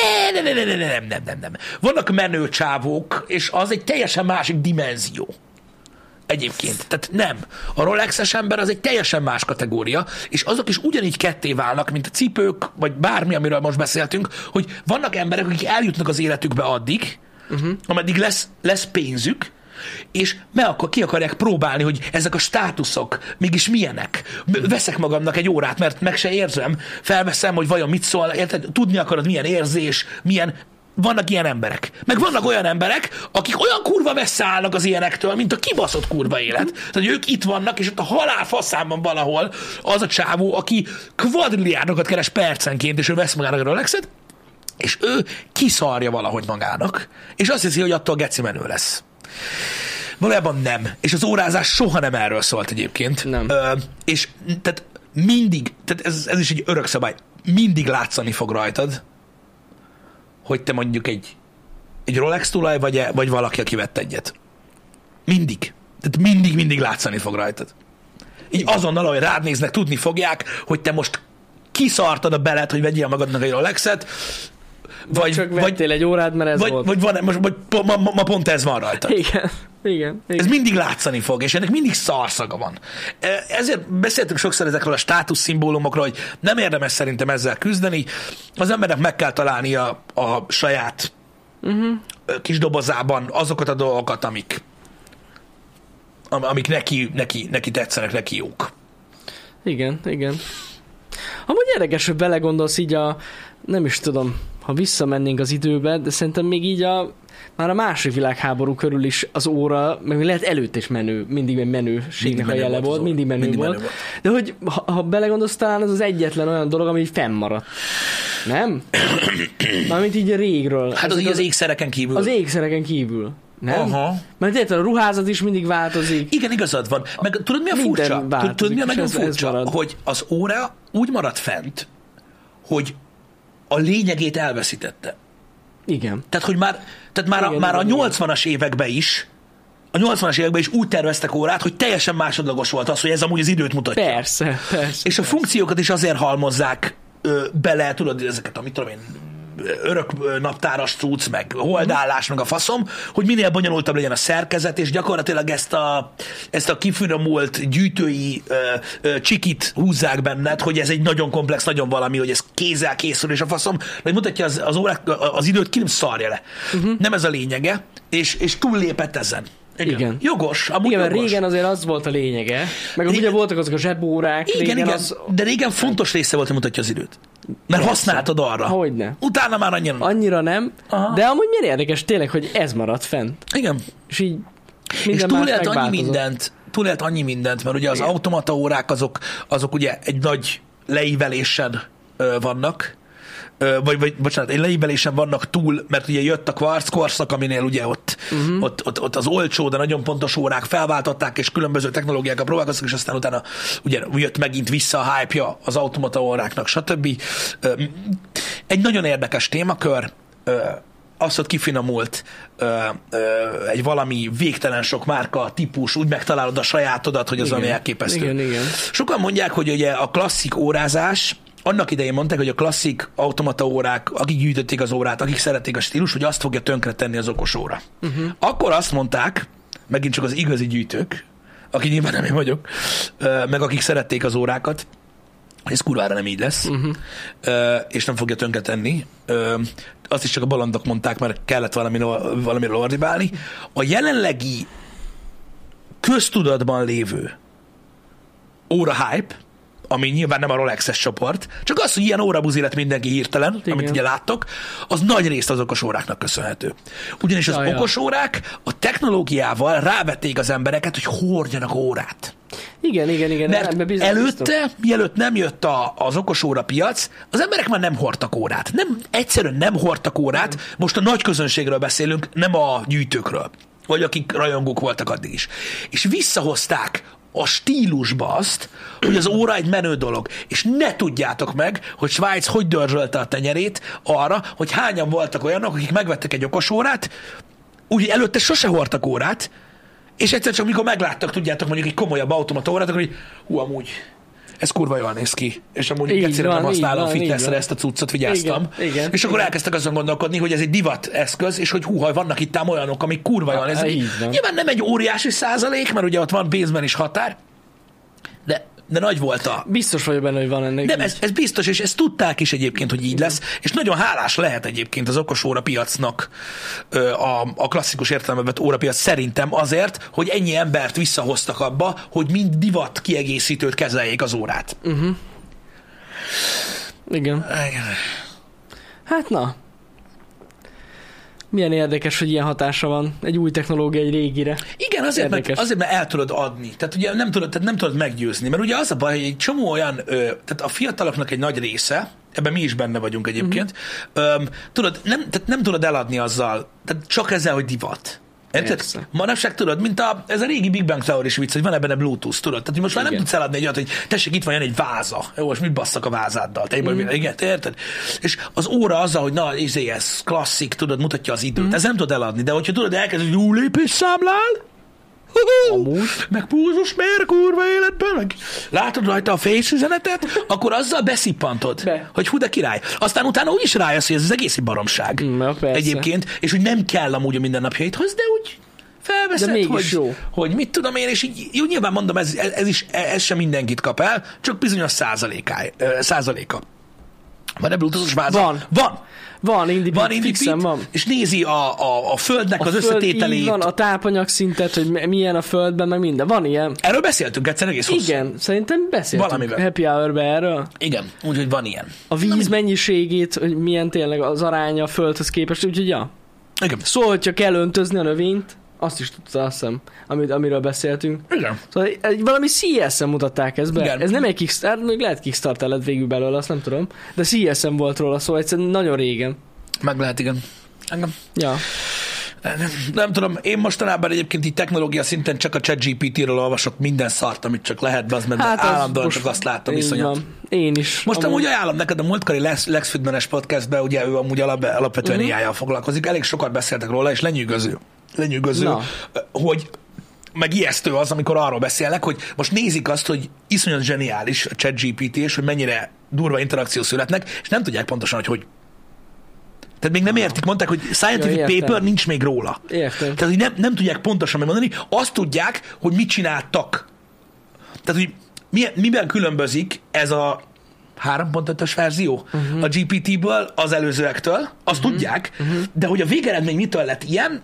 Speaker 1: Nem. Vannak menőcsávók, és az egy teljesen másik dimenzió. Egyébként. Tehát nem. A Rolexes ember az egy teljesen más kategória, és azok is ugyanígy ketté válnak, mint a cipők, vagy bármi, amiről most beszéltünk, hogy vannak emberek, akik eljutnak az életükbe addig, ameddig lesz pénzük, és akkor ki akarják próbálni, hogy ezek a státuszok mégis milyenek. Veszek magamnak egy órát, mert meg se érzem, felveszem, hogy vajon mit szól, érted? Tudni akarod, milyen érzés, milyen... Vannak ilyen emberek. Meg vannak olyan emberek, akik olyan kurva messze állnak az ilyenektől, mint a kibaszott kurva élet. Tehát ők itt vannak, és ott a halál faszában valahol az a csávó, aki kvadrilliárdokat keres percenként, és ő vesz magának a Rolexet, és ő kiszarja valahogy magának, és azt hiszi, hogy attól geci menő lesz. Valójában nem. És az órázás soha nem erről szólt egyébként.
Speaker 2: Nem.
Speaker 1: És tehát mindig, tehát ez is egy örök szabály, mindig látszani fog rajtad, hogy te mondjuk egy Rolex tulaj vagy valaki, aki vett egyet. Mindig. Tehát mindig látszani fog rajtad. Így azonnal, ahogy rád néznek, tudni fogják, hogy te most kiszartad a belet, hogy vegyél magadnak egy Rolexet,
Speaker 2: vagy csak vettél egy órát, mert ez volt.
Speaker 1: Vagy ma pont ez van rajta.
Speaker 2: Igen.
Speaker 1: Ez mindig látszani fog, és ennek mindig szarszaga van. Ezért beszéltünk sokszor ezekről a státuszszimbólumokról, hogy nem érdemes szerintem ezzel küzdeni. Az embernek meg kell találnia a saját kis dobozában azokat a dolgokat, amik neki tetszenek, neki jók.
Speaker 2: Igen. Amúgy érdekes, hogy belegondolsz így nem is tudom, ha visszamennénk az időbe, de szerintem még így már a második világháború körül is az óra, meg lehet előtt is menő, mindig menőségnek a jele volt, mindig menő volt. De hogy ha belegondolsz, talán az egyetlen olyan dolog, ami fennmaradt. Nem? Mármint így a régről.
Speaker 1: Hát az ékszereken kívül.
Speaker 2: Az ékszereken kívül. Nem?
Speaker 1: Aha.
Speaker 2: Mert érted, a ruházat is mindig változik.
Speaker 1: Igen, igazad van. Meg tudod, mi a furcsa? Tudod, mi a nagyon furcsa? Hogy az óra úgy maradt fent, hogy a lényegét elveszítette.
Speaker 2: Igen.
Speaker 1: Tehát, hogy már a 80-as években is, úgy terveztek órát, hogy teljesen másodlagos volt az, hogy ez amúgy az időt mutatja.
Speaker 2: Persze.
Speaker 1: És a funkciókat is azért halmozzák bele, tudod, ezeket, amit tudom én, örök naptáras cucc, meg holdállás, meg a faszom, hogy minél bonyolultabb legyen a szerkezet, és gyakorlatilag ezt a kifinomult gyűjtői csikit húzzák benned, hogy ez egy nagyon komplex, nagyon valami, hogy ez kézzel készül, és a faszom, vagy mutatja az órák, az időt ki nem szarja le. Nem ez a lényege, és túllépett ezen.
Speaker 2: Igen.
Speaker 1: Jogos,
Speaker 2: amúgy igen, jogos. Régen azért az volt a lényege, meg ugye voltak azok a zsebórák.
Speaker 1: Igen, de régen fontos része volt, hogy mutatja az időt. Mert használtad arra.
Speaker 2: Hogyne.
Speaker 1: Utána már annyira
Speaker 2: nem. Aha. De amúgy miért érdekes tényleg, hogy ez maradt fent.
Speaker 1: Igen.
Speaker 2: És így
Speaker 1: minden túlélt annyi mindent, mert ugye az automata órák azok ugye egy nagy leívelésen vannak, bocsánat, egy leívelésen vannak túl, mert ugye jött a kvarc korszak, aminél ugye ott az olcsó, de nagyon pontos órák felváltották, és különböző technológiákkal próbálkoztak, és aztán utána ugye jött megint vissza a hype-ja az automata óráknak, stb. Egy nagyon érdekes témakör, az, hogy kifinomult egy valami végtelen sok márka típus, úgy megtalálod a sajátodat, hogy az valami elképesztő.
Speaker 2: Igen.
Speaker 1: Sokan mondják, hogy ugye a klasszik órázás, annak idején mondták, hogy a klasszik automata órák, akik gyűjtötték az órát, akik szerették a stílus, hogy azt fogja tönkretenni az okos óra. Akkor azt mondták, megint csak az igazi gyűjtők, akik nyilván nem én vagyok, meg akik szerették az órákat, ez kurvára nem így lesz, és nem fogja tönkretenni. Azt is csak a balandok mondták, mert kellett valamiről ordibálni. A jelenlegi köztudatban lévő óra hype, ami nyilván nem a Rolex-es csoport, csak az, hogy ilyen órabuzi lett mindenki hirtelen, igen, amit ugye láttok, az nagy részt az okos óráknak köszönhető. Ugyanis az okos órák a technológiával rávették az embereket, hogy hordjanak órát.
Speaker 2: Igen.
Speaker 1: Mert előtte, mielőtt nem jött az okosóra piac, az emberek már nem hordtak órát. Egyszerűen nem hordtak órát, most a nagy közönségről beszélünk, nem a gyűjtőkről, vagy akik rajongók voltak addig is. És visszahozták a stílusba azt, hogy az óra egy menő dolog. És ne tudjátok meg, hogy Svájc hogy dörzsölte a tenyerét arra, hogy hányan voltak olyanok, akik megvettek egy okosórát, úgy előtte sose hordtak órát, és egyszer csak mikor megláttak, tudjátok, mondjuk egy komolyabb automata órát, akkor hogy amúgy ez kurva jól néz ki, és amúgy egyszerűen nem használom fitnessre ezt a cuccot, vigyáztam.
Speaker 2: Igen.
Speaker 1: És akkor elkezdtek azon gondolkodni, hogy ez egy divat eszköz, és hogy vannak itt ám olyanok, amik kurva jól néznek. Nyilván nem egy óriási százalék, mert ugye ott van pénzben is határ, de nagy volt a...
Speaker 2: Biztos vagyok benne, hogy van ennek.
Speaker 1: Nem, ez biztos, és ezt tudták is egyébként, hogy így lesz, és nagyon hálás lehet egyébként az okos órapiacnak a klasszikus értelemben vett órapiac szerintem azért, hogy ennyi embert visszahoztak abba, hogy mind divat kiegészítőt kezeljék az órát.
Speaker 2: Igen. Hát na. Milyen érdekes, hogy ilyen hatása van egy új technológia egy régire.
Speaker 1: Igen, azért mert el tudod adni. Tehát ugye nem tudod meggyőzni. Mert ugye az a baj, hogy egy csomó olyan, tehát a fiataloknak egy nagy része, ebben mi is benne vagyunk egyébként, nem tudod eladni azzal, tehát csak ezzel, hogy divat. Manapság tudod, mint ez a régi Big Bang Theory-s vicc, hogy van ebben a Bluetooth, tudod? Tehát most már nem tudsz eladni egy olyat, hogy tessék, itt van egy váza. Jó, most mit basszak a vázáddal? Igen, érted? És az óra azzal, hogy na, ez klasszik, tudod, mutatja az időt. Ez nem tudod eladni, de hogyha tudod, elkezdeni, hogy lépés számlál, meg púzus mér, kurva életben, meg látod rajta a face üzenetet, akkor azzal beszippantod, hogy hú, de király. Aztán utána úgy is rájössz, hogy ez az egész egy baromság. Egyébként, és hogy nem kell amúgy a mindennapjaidhoz, de úgy felveszed, hogy mit tudom én, és így, jó, nyilván mondom, ez sem mindenkit kap el, csak bizonyos százaléka. Van-e Bluetooth-os váza?
Speaker 2: Van, fixen van.
Speaker 1: És nézi a földnek az összetételét.
Speaker 2: Van a tápanyag szintet, hogy milyen a földben, meg minden. Van ilyen.
Speaker 1: Erről beszéltünk egyszer egész hosszú.
Speaker 2: Igen, szerintem beszéltünk valamivel. Happy Hour-ben erről.
Speaker 1: Igen, úgyhogy van ilyen.
Speaker 2: A víz mennyiségét, hogy milyen tényleg az aránya a földhöz képest, úgyhogy ja.
Speaker 1: Igen.
Speaker 2: Szóval, hogyha kell öntözni a növényt, Azt is tudta, azt hiszem, amiről beszéltünk.
Speaker 1: Igen.
Speaker 2: Szóval valami CS-en mutatták ezt be.
Speaker 1: Igen.
Speaker 2: Ez nem egy Kickstarter, még lehet Kickstarter lett végül belőle, azt nem tudom. De CS-en volt róla szó, egyszerűen nagyon régen.
Speaker 1: Meg lehet, igen. Engem.
Speaker 2: Ja.
Speaker 1: Nem tudom, én mostanában egyébként így technológia szinten csak a ChatGPT-ről olvasok minden szart, amit csak lehet, az, mert állandóan csak azt láttam iszonyat.
Speaker 2: Én is.
Speaker 1: Most amúgy ajánlom neked a múltkori Lex Fridman-es podcastben, ugye ő amúgy alapvetően AI-jal foglalkozik, elég sokat beszéltek róla, és lenyűgöző, hogy meg ijesztő az, amikor arról beszélnek, hogy most nézik azt, hogy iszonyat zseniális a ChatGPT, és hogy mennyire durva interakció születnek, és nem tudják pontosan, hogy tehát még nem értik, mondták, hogy scientific paper nincs még róla.
Speaker 2: Értem.
Speaker 1: Tehát, hogy nem tudják pontosan megmondani, azt tudják, hogy mit csináltak. Tehát, hogy miben különbözik ez a 3.5-ös verzió a GPT-ből az előzőektől, azt tudják, de hogy a végeredmény mitől lett ilyen,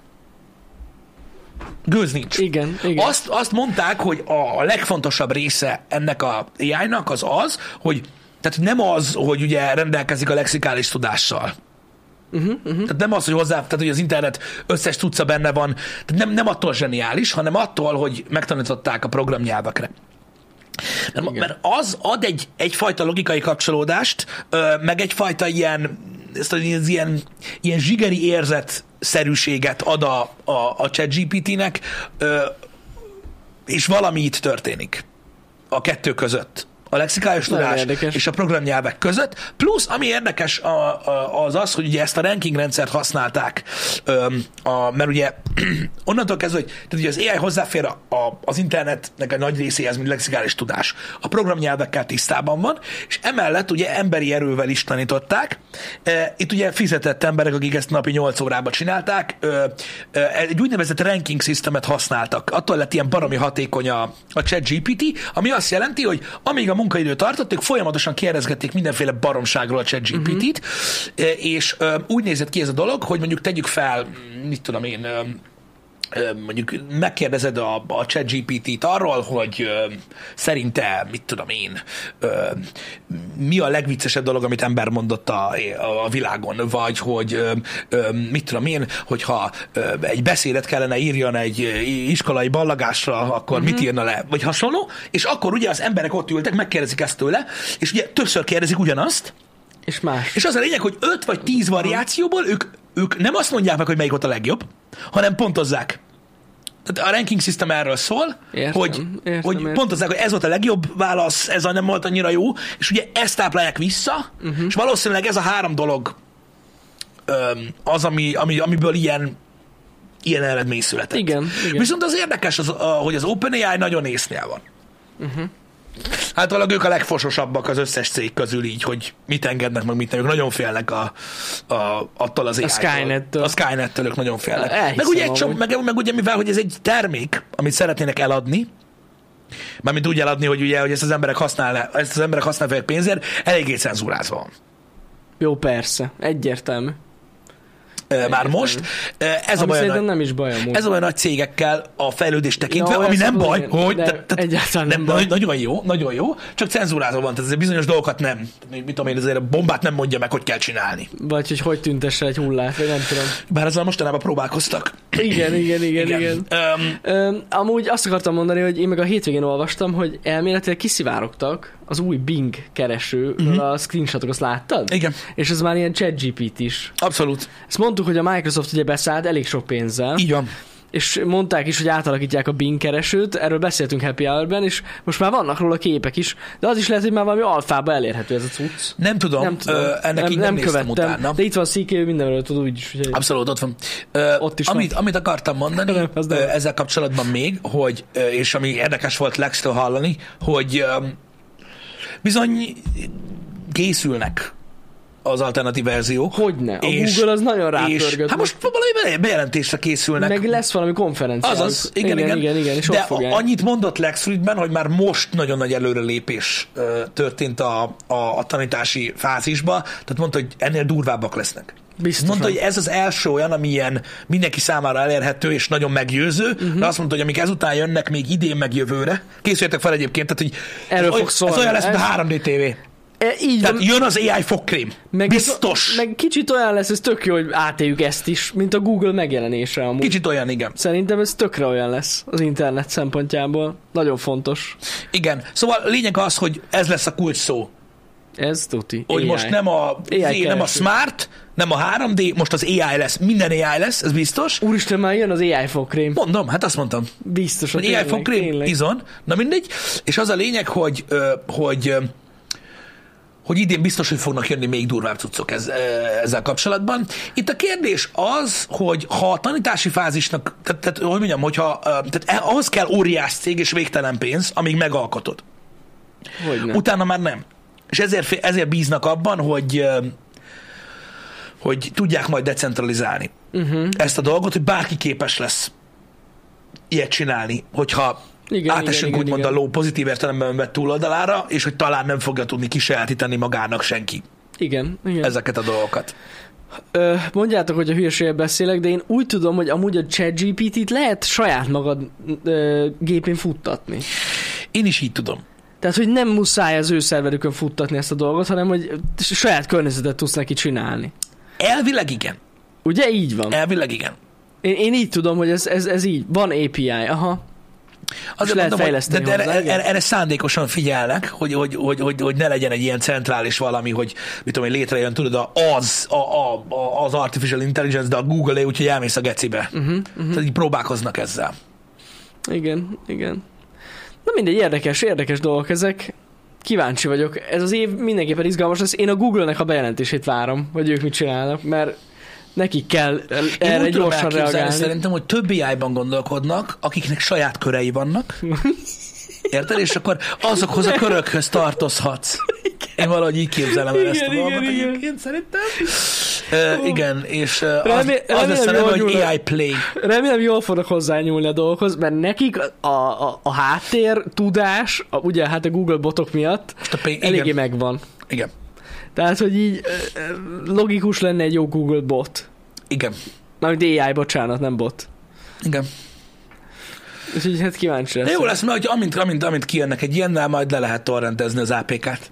Speaker 1: gőz nincs.
Speaker 2: Igen.
Speaker 1: Azt mondták, hogy a legfontosabb része ennek a AI-nak az, hogy tehát nem az, hogy ugye rendelkezik a lexikális tudással. Tehát nem az, hogy tehát hogy az internet összes tudca benne van, tehát nem attól zseniális, hanem attól, hogy megtanították a programnyelvekre. Mert az ad egyfajta logikai kapcsolódást, meg egyfajta ilyen zsigeri érzetszerűséget ad a ChatGPT-nek, és valami itt történik a kettő között. A lexikális tudás és a programnyelvek között. Plusz, ami érdekes az, hogy ugye ezt a ranking rendszert használták, mert ugye onnantól kezdve, hogy tehát ugye az AI hozzáfér az internetnek egy nagy részéhez, mint lexikális tudás. A programnyelvekkel tisztában van, és emellett ugye emberi erővel is tanították. Itt ugye fizetett emberek, akik ezt napi 8 órában csinálták, egy úgynevezett ranking systemet használtak. Attól lett ilyen baromi hatékony a ChatGPT, ami azt jelenti, hogy amíg a munkaidő tartott, ők folyamatosan kérdezgették mindenféle baromságról a ChatGPT-t, és úgy nézett ki ez a dolog, hogy mondjuk tegyük fel, mit tudom én, mondjuk megkérdezed a ChatGPT-t arról, hogy szerinte, mit tudom én, mi a legviccesebb dolog, amit ember mondott a világon, vagy hogy mit tudom én, hogyha egy beszédet kellene írjon egy iskolai ballagásra, akkor mit írna le, vagy hasonló, és akkor ugye az emberek ott ültek, megkérdezik ezt tőle, és ugye többször kérdezik ugyanazt,
Speaker 2: és más.
Speaker 1: És az a lényeg, hogy 5 vagy 10 variációból ők nem azt mondják meg, hogy melyik volt a legjobb, hanem pontozzák. Tehát a ranking system erről szól, hogy pontozzák, hogy ez volt a legjobb válasz, ez nem volt annyira jó, és ugye ezt táplálják vissza, és valószínűleg ez a 3 dolog az, amiből ilyen eredmény született.
Speaker 2: Igen.
Speaker 1: Viszont az érdekes, hogy az OpenAI nagyon észnél van. Hát valahogy ők a legfososabbak az összes cég közül így, hogy mit engednek, meg mit nem. Ők nagyon félnek attól az AI-tól. A Skynet-től ők nagyon félnek. Meg ugye mivel, hogy ez egy termék, amit szeretnének eladni, mármint úgy eladni, hogy ugye, hogy ezt az emberek használják pénzért, eléggé cenzúrázva van.
Speaker 2: Jó, persze. Egyértelmű.
Speaker 1: Már most. Ez a baj
Speaker 2: nem is baj amúgy.
Speaker 1: Ez a baj nagy cégekkel a fejlődés tekintve, ami nem baj, hogy
Speaker 2: egyáltalán nem baj.
Speaker 1: Nagyon jó, csak cenzúrázva van, tehát bizonyos dolgokat nem. Mit tudom én, ezért a bombát nem mondja meg, hogy kell csinálni.
Speaker 2: Vagy hogy tüntesse egy hullát, vagy nem tudom.
Speaker 1: Bár ezzel mostanában próbálkoztak.
Speaker 2: Igen. Amúgy azt akartam mondani, hogy én meg a hétvégén olvastam, hogy elméletileg kiszivárogtak az új Bing keresőről a screenshotok, azt láttad?
Speaker 1: Igen.
Speaker 2: És ez már ilyen ChatGPT is.
Speaker 1: Abszolút.
Speaker 2: Ezt mondtuk, hogy a Microsoft ugye beszállt elég sok pénzzel.
Speaker 1: Így van.
Speaker 2: És mondták is, hogy átalakítják a Bing keresőt, erről beszéltünk Happy Hour-ben, és most már vannak róla képek is, de az is lehet, hogy már valami alfába elérhető ez a cucc.
Speaker 1: Nem tudom. Ennek így nem néztem utána.
Speaker 2: De itt van CK, mindenről tud úgyis. Ugye...
Speaker 1: Abszolút, ott van.
Speaker 2: Ott is
Speaker 1: amit akartam mondani ezzel kapcsolatban még, hogy, és ami érdekes volt Lex-től hallani, hogy bizony készülnek az alternatív verzió.
Speaker 2: Hogyne? A Google az nagyon rápörgött.
Speaker 1: Hát most valami bejelentésre készülnek.
Speaker 2: Meg lesz valami konferencia.
Speaker 1: Azaz, igen. És de annyit mondott Lex Fridman, hogy már most nagyon nagy előrelépés történt a tanítási fázisba, tehát mondta, hogy ennél durvábbak lesznek.
Speaker 2: Biztosan.
Speaker 1: Mondta, hogy ez az első olyan, ami ilyen mindenki számára elérhető és nagyon meggyőző, de azt mondta, hogy amik ezután jönnek még idén meg jövőre, készüljetek fel egyébként, tehát hogy
Speaker 2: erről fog szólni.
Speaker 1: Ez olyan lesz, mint a 3D TV.
Speaker 2: Így
Speaker 1: Tehát
Speaker 2: van.
Speaker 1: jön az AI fogkrém. Biztos.
Speaker 2: Meg kicsit olyan lesz, ez tök jó, hogy átéljük ezt is, mint a Google megjelenése amúgy.
Speaker 1: Kicsit olyan, igen.
Speaker 2: Szerintem ez tökre olyan lesz az internet szempontjából. Nagyon fontos.
Speaker 1: Igen. Szóval a lényeg az, hogy ez lesz a kulcs szó.
Speaker 2: Ez tuti.
Speaker 1: Hogy
Speaker 2: AI.
Speaker 1: most nem a smart, nem a 3D, most az AI lesz. Minden AI lesz, ez biztos.
Speaker 2: Úristen, már jön az AI fogkrém.
Speaker 1: Mondom, hát azt mondtam.
Speaker 2: Biztos,
Speaker 1: hogy AI fogkrém izon. Na mindegy. És az a lényeg, hogy idén biztos, hogy fognak jönni még durvább cuccok ezzel kapcsolatban. Itt a kérdés az, hogy ha a tanítási fázisnak, tehát hogy mondjam, hogyha tehát ahhoz kell óriás cég és végtelen pénz, amíg megalkotod.
Speaker 2: Hogyne.
Speaker 1: Utána már nem. És ezért bíznak abban, hogy tudják majd decentralizálni ezt a dolgot, hogy bárki képes lesz ilyet csinálni, hogyha átesünk úgymond a ló pozitív értelemben vett túloldalára, és hogy talán nem fogja tudni kisajátítani magának senki
Speaker 2: igen.
Speaker 1: ezeket a dolgokat.
Speaker 2: Mondjátok, hogy a hülyeséggel beszélek, de én úgy tudom, hogy amúgy a ChatGPT-t lehet saját magad gépén futtatni.
Speaker 1: Én is így tudom.
Speaker 2: Tehát, hogy nem muszáj az ő szerverükön futtatni ezt a dolgot, hanem hogy saját környezetet tudsz neki csinálni.
Speaker 1: Elvileg igen.
Speaker 2: Ugye így van?
Speaker 1: Elvileg igen.
Speaker 2: Én így tudom, hogy ez így. Van API, aha.
Speaker 1: Azért lehet fejleszteni de erre szándékosan figyelnek, hogy ne legyen egy ilyen centrális valami, hogy mit tudom én, létrejön, tudod, az Artificial Intelligence, de a Google-é, úgyhogy elmész a gecibe. Tehát így próbálkoznak ezzel.
Speaker 2: Igen. Na mindegy, érdekes dolgok ezek. Kíváncsi vagyok. Ez az év mindenképpen izgalmas lesz. Én a Google-nek a bejelentését várom, hogy ők mit csinálnak, mert nekik kell erre gyorsan reagálni.
Speaker 1: Szerintem, hogy több AI-ban gondolkodnak, akiknek saját körei vannak. Érted? És akkor azokhoz a körökhöz tartozhatsz. Én valahogy így képzelem el ezt a dolgot egyébként szerintem. Igen, és az lesz a neve, hogy AI Play.
Speaker 2: Remélem jól fognak hozzányúlni a dolgokhoz, mert nekik a háttér tudás, ugye hát a Google botok miatt eléggé megvan.
Speaker 1: Igen.
Speaker 2: Tehát, hogy így logikus lenne egy jó Google bot.
Speaker 1: Igen.
Speaker 2: Mármint AI, bocsánat, nem bot.
Speaker 1: Igen.
Speaker 2: Úgyhogy hát kíváncsi lesz.
Speaker 1: Jó lesz, mert amint kijönnek egy ilyennel, majd le lehet torrentezni az APK-t.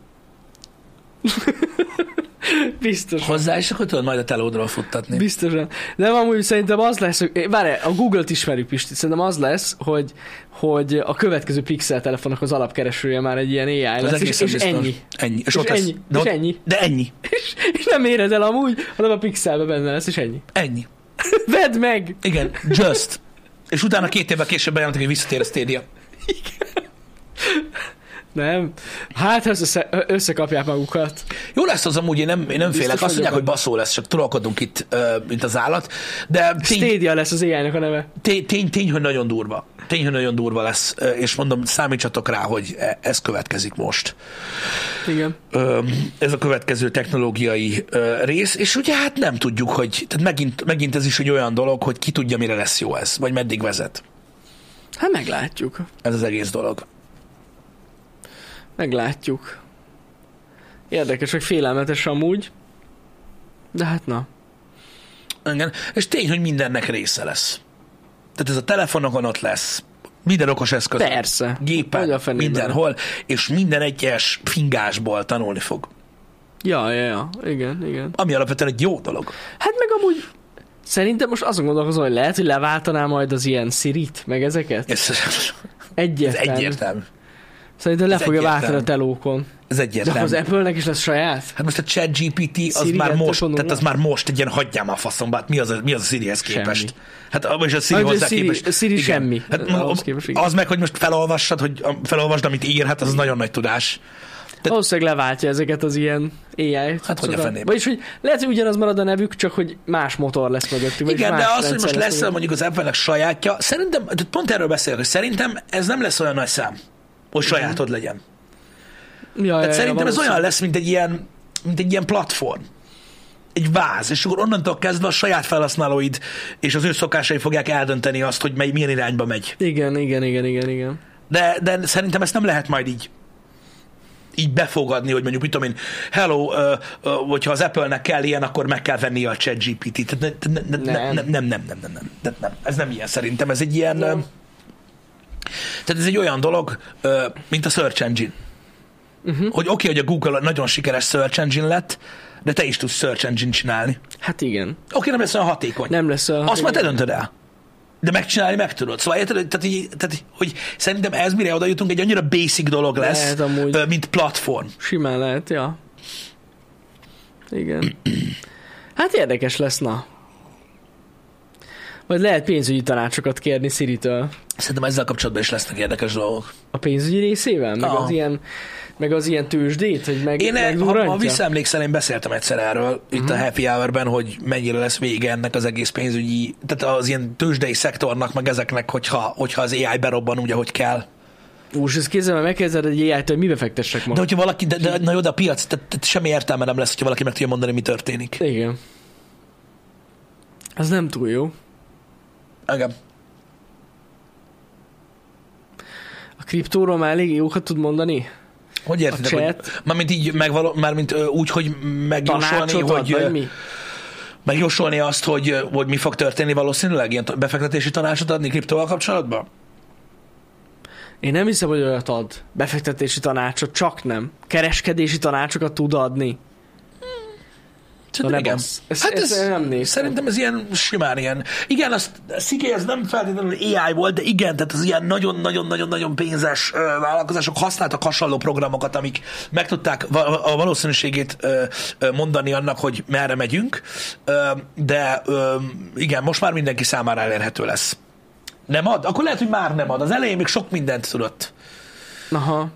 Speaker 2: Biztos.
Speaker 1: Hozzá, és akkor tudod majd a telódról futtatni.
Speaker 2: Biztosan. De amúgy szerintem az lesz, hogy várj, a Google-t ismerjük, Pisti, szerintem az lesz, hogy a következő Pixel telefonok az alapkeresője már egy ilyen AI lesz, és ennyi.
Speaker 1: Ennyi.
Speaker 2: És ennyi.
Speaker 1: De ennyi.
Speaker 2: És nem éred el amúgy, hanem a Pixelbe benne lesz, és ennyi.
Speaker 1: Ennyi.
Speaker 2: Vedd meg!
Speaker 1: Igen, just. És utána 2 évvel később bejelentik, hogy visszatér a Stadia.
Speaker 2: Igen. Nem. Hát összekapják magukat.
Speaker 1: Jó lesz az amúgy, én nem félek. Azt mondják, hogy baszó lesz, csak trollkodunk itt, mint az állat. De
Speaker 2: Stadia lesz az AI-nak a neve.
Speaker 1: Tény, hogy nagyon durva. Tény, hogy nagyon durva lesz, és mondom, számítsatok rá, hogy ez következik most.
Speaker 2: Igen.
Speaker 1: Ez a következő technológiai rész, és ugye hát nem tudjuk, hogy tehát megint ez is egy olyan dolog, hogy ki tudja, mire lesz jó ez, vagy meddig vezet.
Speaker 2: Hát meglátjuk.
Speaker 1: Ez az egész dolog.
Speaker 2: Meglátjuk. Érdekes, hogy félelmetes amúgy. De hát na.
Speaker 1: Igen. És tény, hogy mindennek része lesz. Tehát ez a telefonokon ott lesz. Minden okos eszköz.
Speaker 2: Persze.
Speaker 1: Gépen, mindenhol. És minden egyes fingásból tanulni fog.
Speaker 2: Ja. Igen.
Speaker 1: Ami alapvetően egy jó dolog.
Speaker 2: Hát meg amúgy szerintem most azon gondolkozom, hogy lehet, hogy leváltaná majd az ilyen Sirit, meg ezeket.
Speaker 1: Egyértelmű.
Speaker 2: Szerintem le fogja váltani a telókon.
Speaker 1: Ez egyértelmű.
Speaker 2: De az Apple-nek is lesz saját?
Speaker 1: Hát most a ChatGPT az már most egy ilyen hagyjál már faszomba, hát mi az a Sirihez képest?
Speaker 2: Semmi.
Speaker 1: Hát és a Siri hozzá képest.
Speaker 2: Siri semmi.
Speaker 1: Hát, az meg, hogy most felolvasd, amit ír, hát az nagyon nagy tudás.
Speaker 2: Valószínűleg leváltja ezeket az ilyen AI-t.
Speaker 1: Hát hogy a fenében.
Speaker 2: Vagyis, hogy lehet, hogy ugyanaz marad a nevük, csak hogy más motor lesz mögöttük.
Speaker 1: Igen, de az, hogy most lesz mondjuk az Apple-nek sajátja, szerintem, pont erről beszélek, hogy szerintem ez nem lesz olyan nagy szám, hogy sajátod legyen. Tehát szerintem ez olyan lesz, mint egy ilyen platform. Egy váz, és akkor onnantól kezdve a saját felhasználóid és az ő szokásai fogják eldönteni azt, hogy milyen irányba megy.
Speaker 2: Igen.
Speaker 1: De szerintem ezt nem lehet majd így befogadni, hogy mondjuk, mit tudom én, hello, hogyha az Apple-nek kell ilyen, akkor meg kell venni a ChatGPT-t. Nem. Ez nem ilyen szerintem. Ez egy ilyen... Tehát ez egy olyan dolog, mint a Search Engine. hogy oké, hogy a Google nagyon sikeres search engine lett, de te is tudsz search engine csinálni.
Speaker 2: Hát igen.
Speaker 1: Oké, nem lesz olyan hatékony.
Speaker 2: Nem lesz olyan
Speaker 1: Azt már te döntöd el. De megcsinálni meg tudod. Szóval érted, tehát, hogy szerintem ez mire oda jutunk, egy annyira basic dolog lesz, mint platform.
Speaker 2: Simán lehet, ja. Igen. Hát érdekes lesz, na. Vagy lehet pénzügyi tanácsokat kérni Siri-től.
Speaker 1: Szerintem ezzel kapcsolatban is lesznek érdekes dolgok.
Speaker 2: A pénzügyi részével? Meg az ilyen tőzsdét? Hogy
Speaker 1: ha visszaemlékszel, én beszéltem egyszer erről itt a Happy Hour-ben, hogy mennyire lesz vége ennek az egész pénzügyi, tehát az ilyen tőzsdei szektornak, meg ezeknek, hogyha az AI berobban úgy, ahogy kell.
Speaker 2: És ezt kézzel, megkérdezed egy AI-t, hogy mibe fektessek ma.
Speaker 1: De hogyha valaki, na jó, de a piac, tehát semmi értelme nem lesz, hogyha valaki meg tudja mondani, mi történik.
Speaker 2: Igen. Az nem túl jó.
Speaker 1: Igen.
Speaker 2: A kriptóról már elég jókat tud mondani?
Speaker 1: Hogy értitek? Mármint így mármint úgy, hogy megjósolni, hogy megjósolni azt, hogy mi fog történni valószínűleg? Ilyen befektetési tanácsot adni kriptóval kapcsolatban?
Speaker 2: Én nem hiszem, hogy olyat ad. Befektetési tanácsot, csak nem. Kereskedési tanácsokat tud adni.
Speaker 1: Igen.
Speaker 2: Ez nem néz.
Speaker 1: Szerintem ez ilyen simán ilyen. Igen, a Sziké ez nem feltétlenül AI volt, de igen, tehát az ilyen nagyon-nagyon-nagyon pénzes vállalkozások használtak hasonló programokat, amik meg tudták a valószínűségét mondani annak, hogy merre megyünk, de igen, most már mindenki számára elérhető lesz. Nem ad? Akkor lehet, hogy már nem ad. Az elején még sok mindent tudott.
Speaker 2: Aha.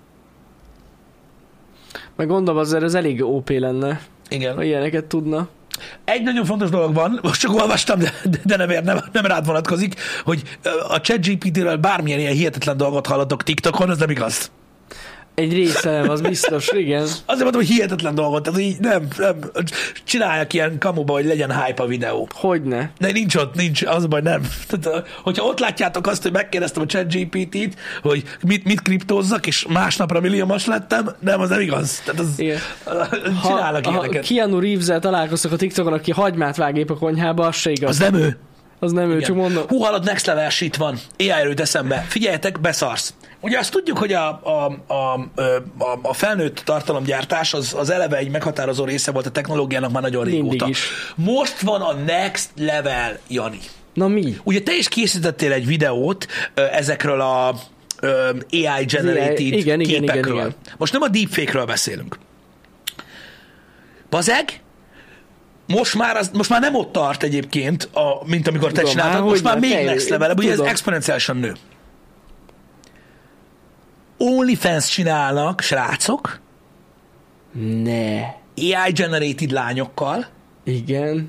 Speaker 2: Meg gondolom azért ez elég OP lenne.
Speaker 1: Igen.
Speaker 2: Ha ilyeneket tudna.
Speaker 1: Egy nagyon fontos dolog van, most csak olvastam, de nem rád vonatkozik, hogy a ChatGPT-ről bármilyen ilyen hihetetlen dolgot hallatok TikTokon, az nem igaz.
Speaker 2: Egy része nem, az biztos, igen.
Speaker 1: Azért mondom, hogy hihetetlen dolgot, tehát így nem, csináljak ilyen kamuba, hogy legyen hype a videó.
Speaker 2: Hogyne.
Speaker 1: De nincs, az baj, nem. Tehát, hogyha ott látjátok azt, hogy megkérdeztem a ChatGPT-t, hogy mit kriptózzak, és másnapra milliómos lettem, nem, az nem igaz. Tehát az, csinálnak ilyeneket.
Speaker 2: Ha Keanu Reeves-el találkoztak a TikTokon, aki hagymát vág épp a konyhába, az se igaz.
Speaker 1: Az nem ő.
Speaker 2: Az nem ő, csak mondom.
Speaker 1: Hú, hallod, next level shit van. AI-ről eszembe. Figyeljetek, beszarsz. Ugye azt tudjuk, hogy a felnőtt tartalomgyártás az eleve egy meghatározó része volt a technológiának már nagyon régóta. Most van a next level, Jani.
Speaker 2: Na mi?
Speaker 1: Ugye te is készítettél egy videót ezekről a AI-generated képekről. Igen. Most nem a deepfake-ről beszélünk. Bazeg, most már nem ott tart egyébként, mint amikor te csináltad, most már még next level, ugye ez exponenciálisan nő. OnlyFans csinálnak srácok.
Speaker 2: Ne.
Speaker 1: AI-generated lányokkal.
Speaker 2: Igen.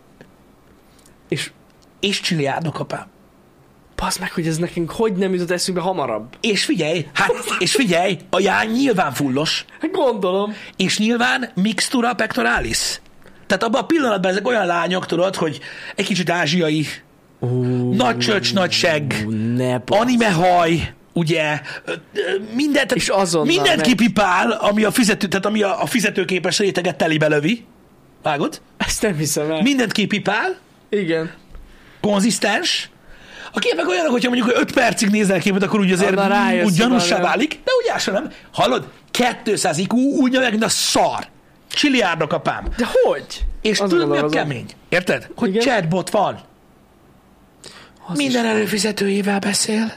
Speaker 1: És csiliárdok, apám.
Speaker 2: Passz meg, hogy ez nekünk hogy nem jutott eszünkbe hamarabb.
Speaker 1: És figyelj, a jány nyilván fullos.
Speaker 2: Gondolom.
Speaker 1: És nyilván mixtura pectoralis. Tehát abban a pillanatban ezek olyan lányok, tudod, hogy egy kicsit ázsiai, nagy csöcs, nagy segg, anime haj, ugye, mindent kipipál, ami a fizetőképes réteget telibe lövi. Vágod?
Speaker 2: Ezt nem hiszem el.
Speaker 1: Mindent kipipál.
Speaker 2: Igen.
Speaker 1: Konzisztens. A képek olyanok, hogyha mondjuk 5 percig nézel képet, akkor úgy azért úgy gyanúsá válik, de úgy ásra nem. Hallod? 200 IQ úgy nyomják, mint a szar. Csiliárdok, apám.
Speaker 2: De hogy?
Speaker 1: És tudod, mi a kemény? Érted? Hogy igen? Chatbot van. Az minden előfizetőjével beszél.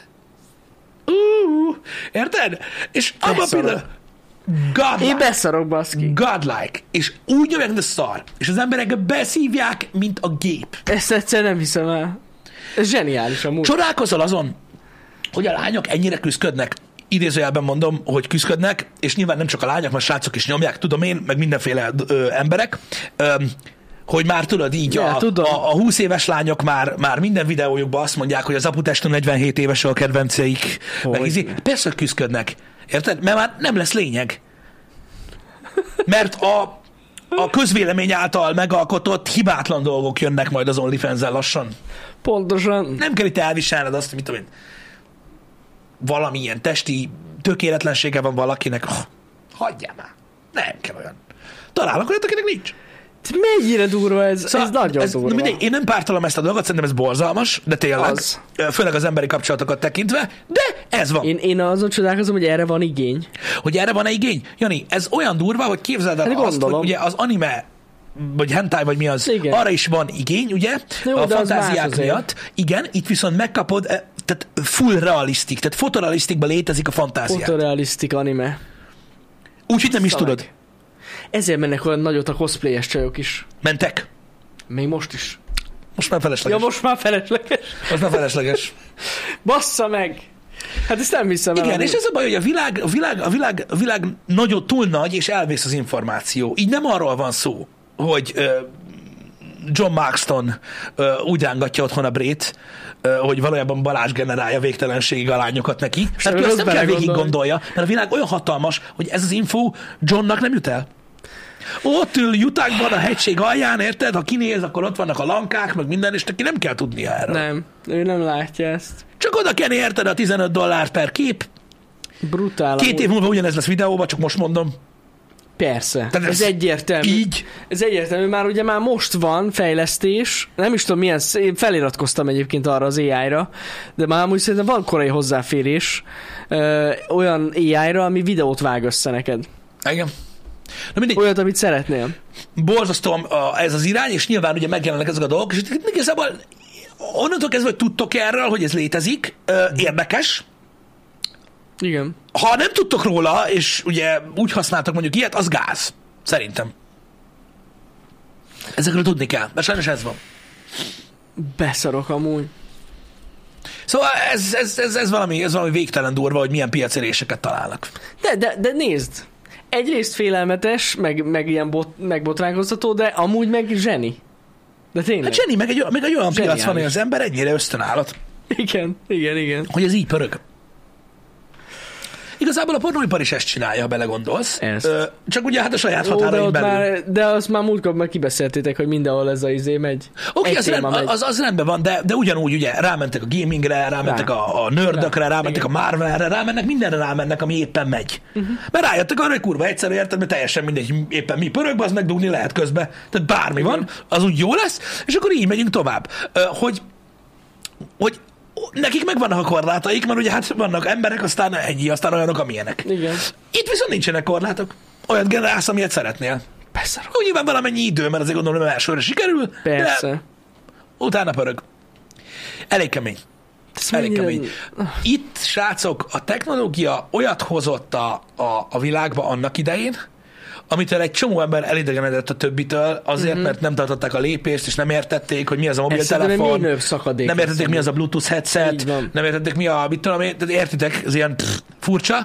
Speaker 1: Érted? És abban például
Speaker 2: én beszarok, baszki.
Speaker 1: Godlike. És úgy nyomják, mint a szar. És az emberek beszívják, mint a gép.
Speaker 2: Ezt egyszer nem hiszem el. Ez zseniális amúgy.
Speaker 1: Csodálkozol azon, hogy a lányok ennyire küzdködnek. Idézőjelben mondom, hogy küzdködnek, és nyilván nem csak a lányok, mert srácok is nyomják, tudom én, meg mindenféle emberek, hogy már tudod így, a 20 éves lányok már minden videójukban azt mondják, hogy az aputestő 47 éves a kedvenceik. Persze, hogy küzdködnek. Érted? Mert már nem lesz lényeg. Mert a közvélemény által megalkotott hibátlan dolgok jönnek majd az OnlyFans-el lassan.
Speaker 2: Pontosan.
Speaker 1: Nem kell itt elviselned azt, mit tudom én, valamilyen testi tökéletlensége van valakinek. Hagyjál már. Nem kell olyan. Találok olyat, akinek nincs.
Speaker 2: Mennyire durva ez? Szóval ez nagyon durva.
Speaker 1: Mindegy, én nem pártolom ezt a dolgot, szerintem ez borzalmas, de tényleg. Az. Főleg az emberi kapcsolatokat tekintve, de ez van.
Speaker 2: Én azon csodálkozom, hogy erre van igény.
Speaker 1: Hogy erre van-e igény? Jani, ez olyan durva, hogy képzeld el azt, hogy ugye az anime vagy hentai, vagy mi az, igen. Arra is van igény, ugye? Jó, a fantáziák miatt. Igen, itt viszont megkapod, tehát full realisztik, tehát fotorealisztikban létezik a fantázia.
Speaker 2: Fotorealisztik anime.
Speaker 1: Úgyhogy nem is tudod.
Speaker 2: Ezért mennek olyan nagyot a cosplayes csajok is.
Speaker 1: Mentek?
Speaker 2: Még most is.
Speaker 1: Most már felesleges.
Speaker 2: Ja, most már felesleges.
Speaker 1: Most már felesleges.
Speaker 2: Bassza meg! Hát ezt nem hiszem el.
Speaker 1: Igen, és ez a baj, hogy a világ nagyon túl nagy, és elvész az információ. Így nem arról van szó, hogy John Marston úgy rángatja otthon a Brét, hogy valójában Balázs generálja végtelenségig a lányokat neki. Tehát ő azt nem kell végig gondolja, mert a világ olyan hatalmas, hogy ez az info Johnnak nem jut el. Ott ül Utahban a hegység alján, érted? Ha kinéz, akkor ott vannak a lankák, meg minden, és neki nem kell tudnia erről.
Speaker 2: Nem, ő nem látja ezt.
Speaker 1: Csak oda kell érted a $15 per kép.
Speaker 2: Brutál.
Speaker 1: 2 év múlva ugyanez lesz videóban, csak most mondom.
Speaker 2: Persze, ez egyértelmű.
Speaker 1: Így.
Speaker 2: Ez egyértelmű, ugye már most van fejlesztés, nem is tudom milyen, én feliratkoztam egyébként arra az AI-ra, de már amúgy szerintem van korai hozzáférés olyan AI-ra, ami videót vág össze neked.
Speaker 1: Igen.
Speaker 2: Olyat, amit szeretnél.
Speaker 1: Borzasztóan ez az irány, és nyilván ugye megjelennek ezek a dolgok, és igazából onnantól kezdve, hogy tudtok erről, hogy ez létezik, érdekes.
Speaker 2: Igen.
Speaker 1: Ha nem tudtok róla, és ugye úgy használtak mondjuk ilyet, az gáz. Szerintem. Ezekről tudni kell, mert sajnos ez van.
Speaker 2: Beszarok amúgy.
Speaker 1: Szóval ez valami végtelen durva, hogy milyen piacéréseket találnak.
Speaker 2: De nézd, egyrészt félelmetes, meg ilyen megbotránkoztató, de amúgy meg zseni. De tényleg.
Speaker 1: Hát zseni, meg egy olyan piac van, hogy az ember ennyire ösztönállat.
Speaker 2: Igen.
Speaker 1: Hogy ez így pörög. Igazából a pornóipar is ezt csinálja, ha belegondolsz. Csak ugye hát a saját határain belül.
Speaker 2: De azt már múltkor meg kibeszéltétek, hogy mindenhol ez a izé megy.
Speaker 1: Oké, az rendben van, de ugyanúgy ugye rámentek a gamingre, rámentek a nördökre, rámentek a Marvelre, mindenre rámennek, ami éppen megy. Mert rájöttek arra, hogy kurva egyszerű, érted, mert teljesen mindegy, éppen mi pörög, az megdugni lehet közbe. Tehát bármi van, az úgy jó lesz, és akkor így megyünk tovább. Hogy nekik megvannak a korlátaik, mert ugye hát vannak emberek, aztán ennyi, aztán olyanok, amilyenek.
Speaker 2: Igen.
Speaker 1: Itt viszont nincsenek korlátok. Olyat generálsz, amilyet szeretnél.
Speaker 2: Persze.
Speaker 1: Úgy nyilván valamennyi idő, mert azért gondolom, hogy elsőre sikerül.
Speaker 2: Persze.
Speaker 1: De utána pörög. Elég kemény. Elég kemény. Itt, srácok, a technológia olyat hozott a világba annak idején, amitől egy csomó ember elidegenedett a többitől, azért, mert nem tartották a lépést, és nem értették, hogy mi az a mobiltelefon, nem értették, mi az a Bluetooth headset, nem értették, mi a, mit tudom én, tehát értitek, ez ilyen furcsa.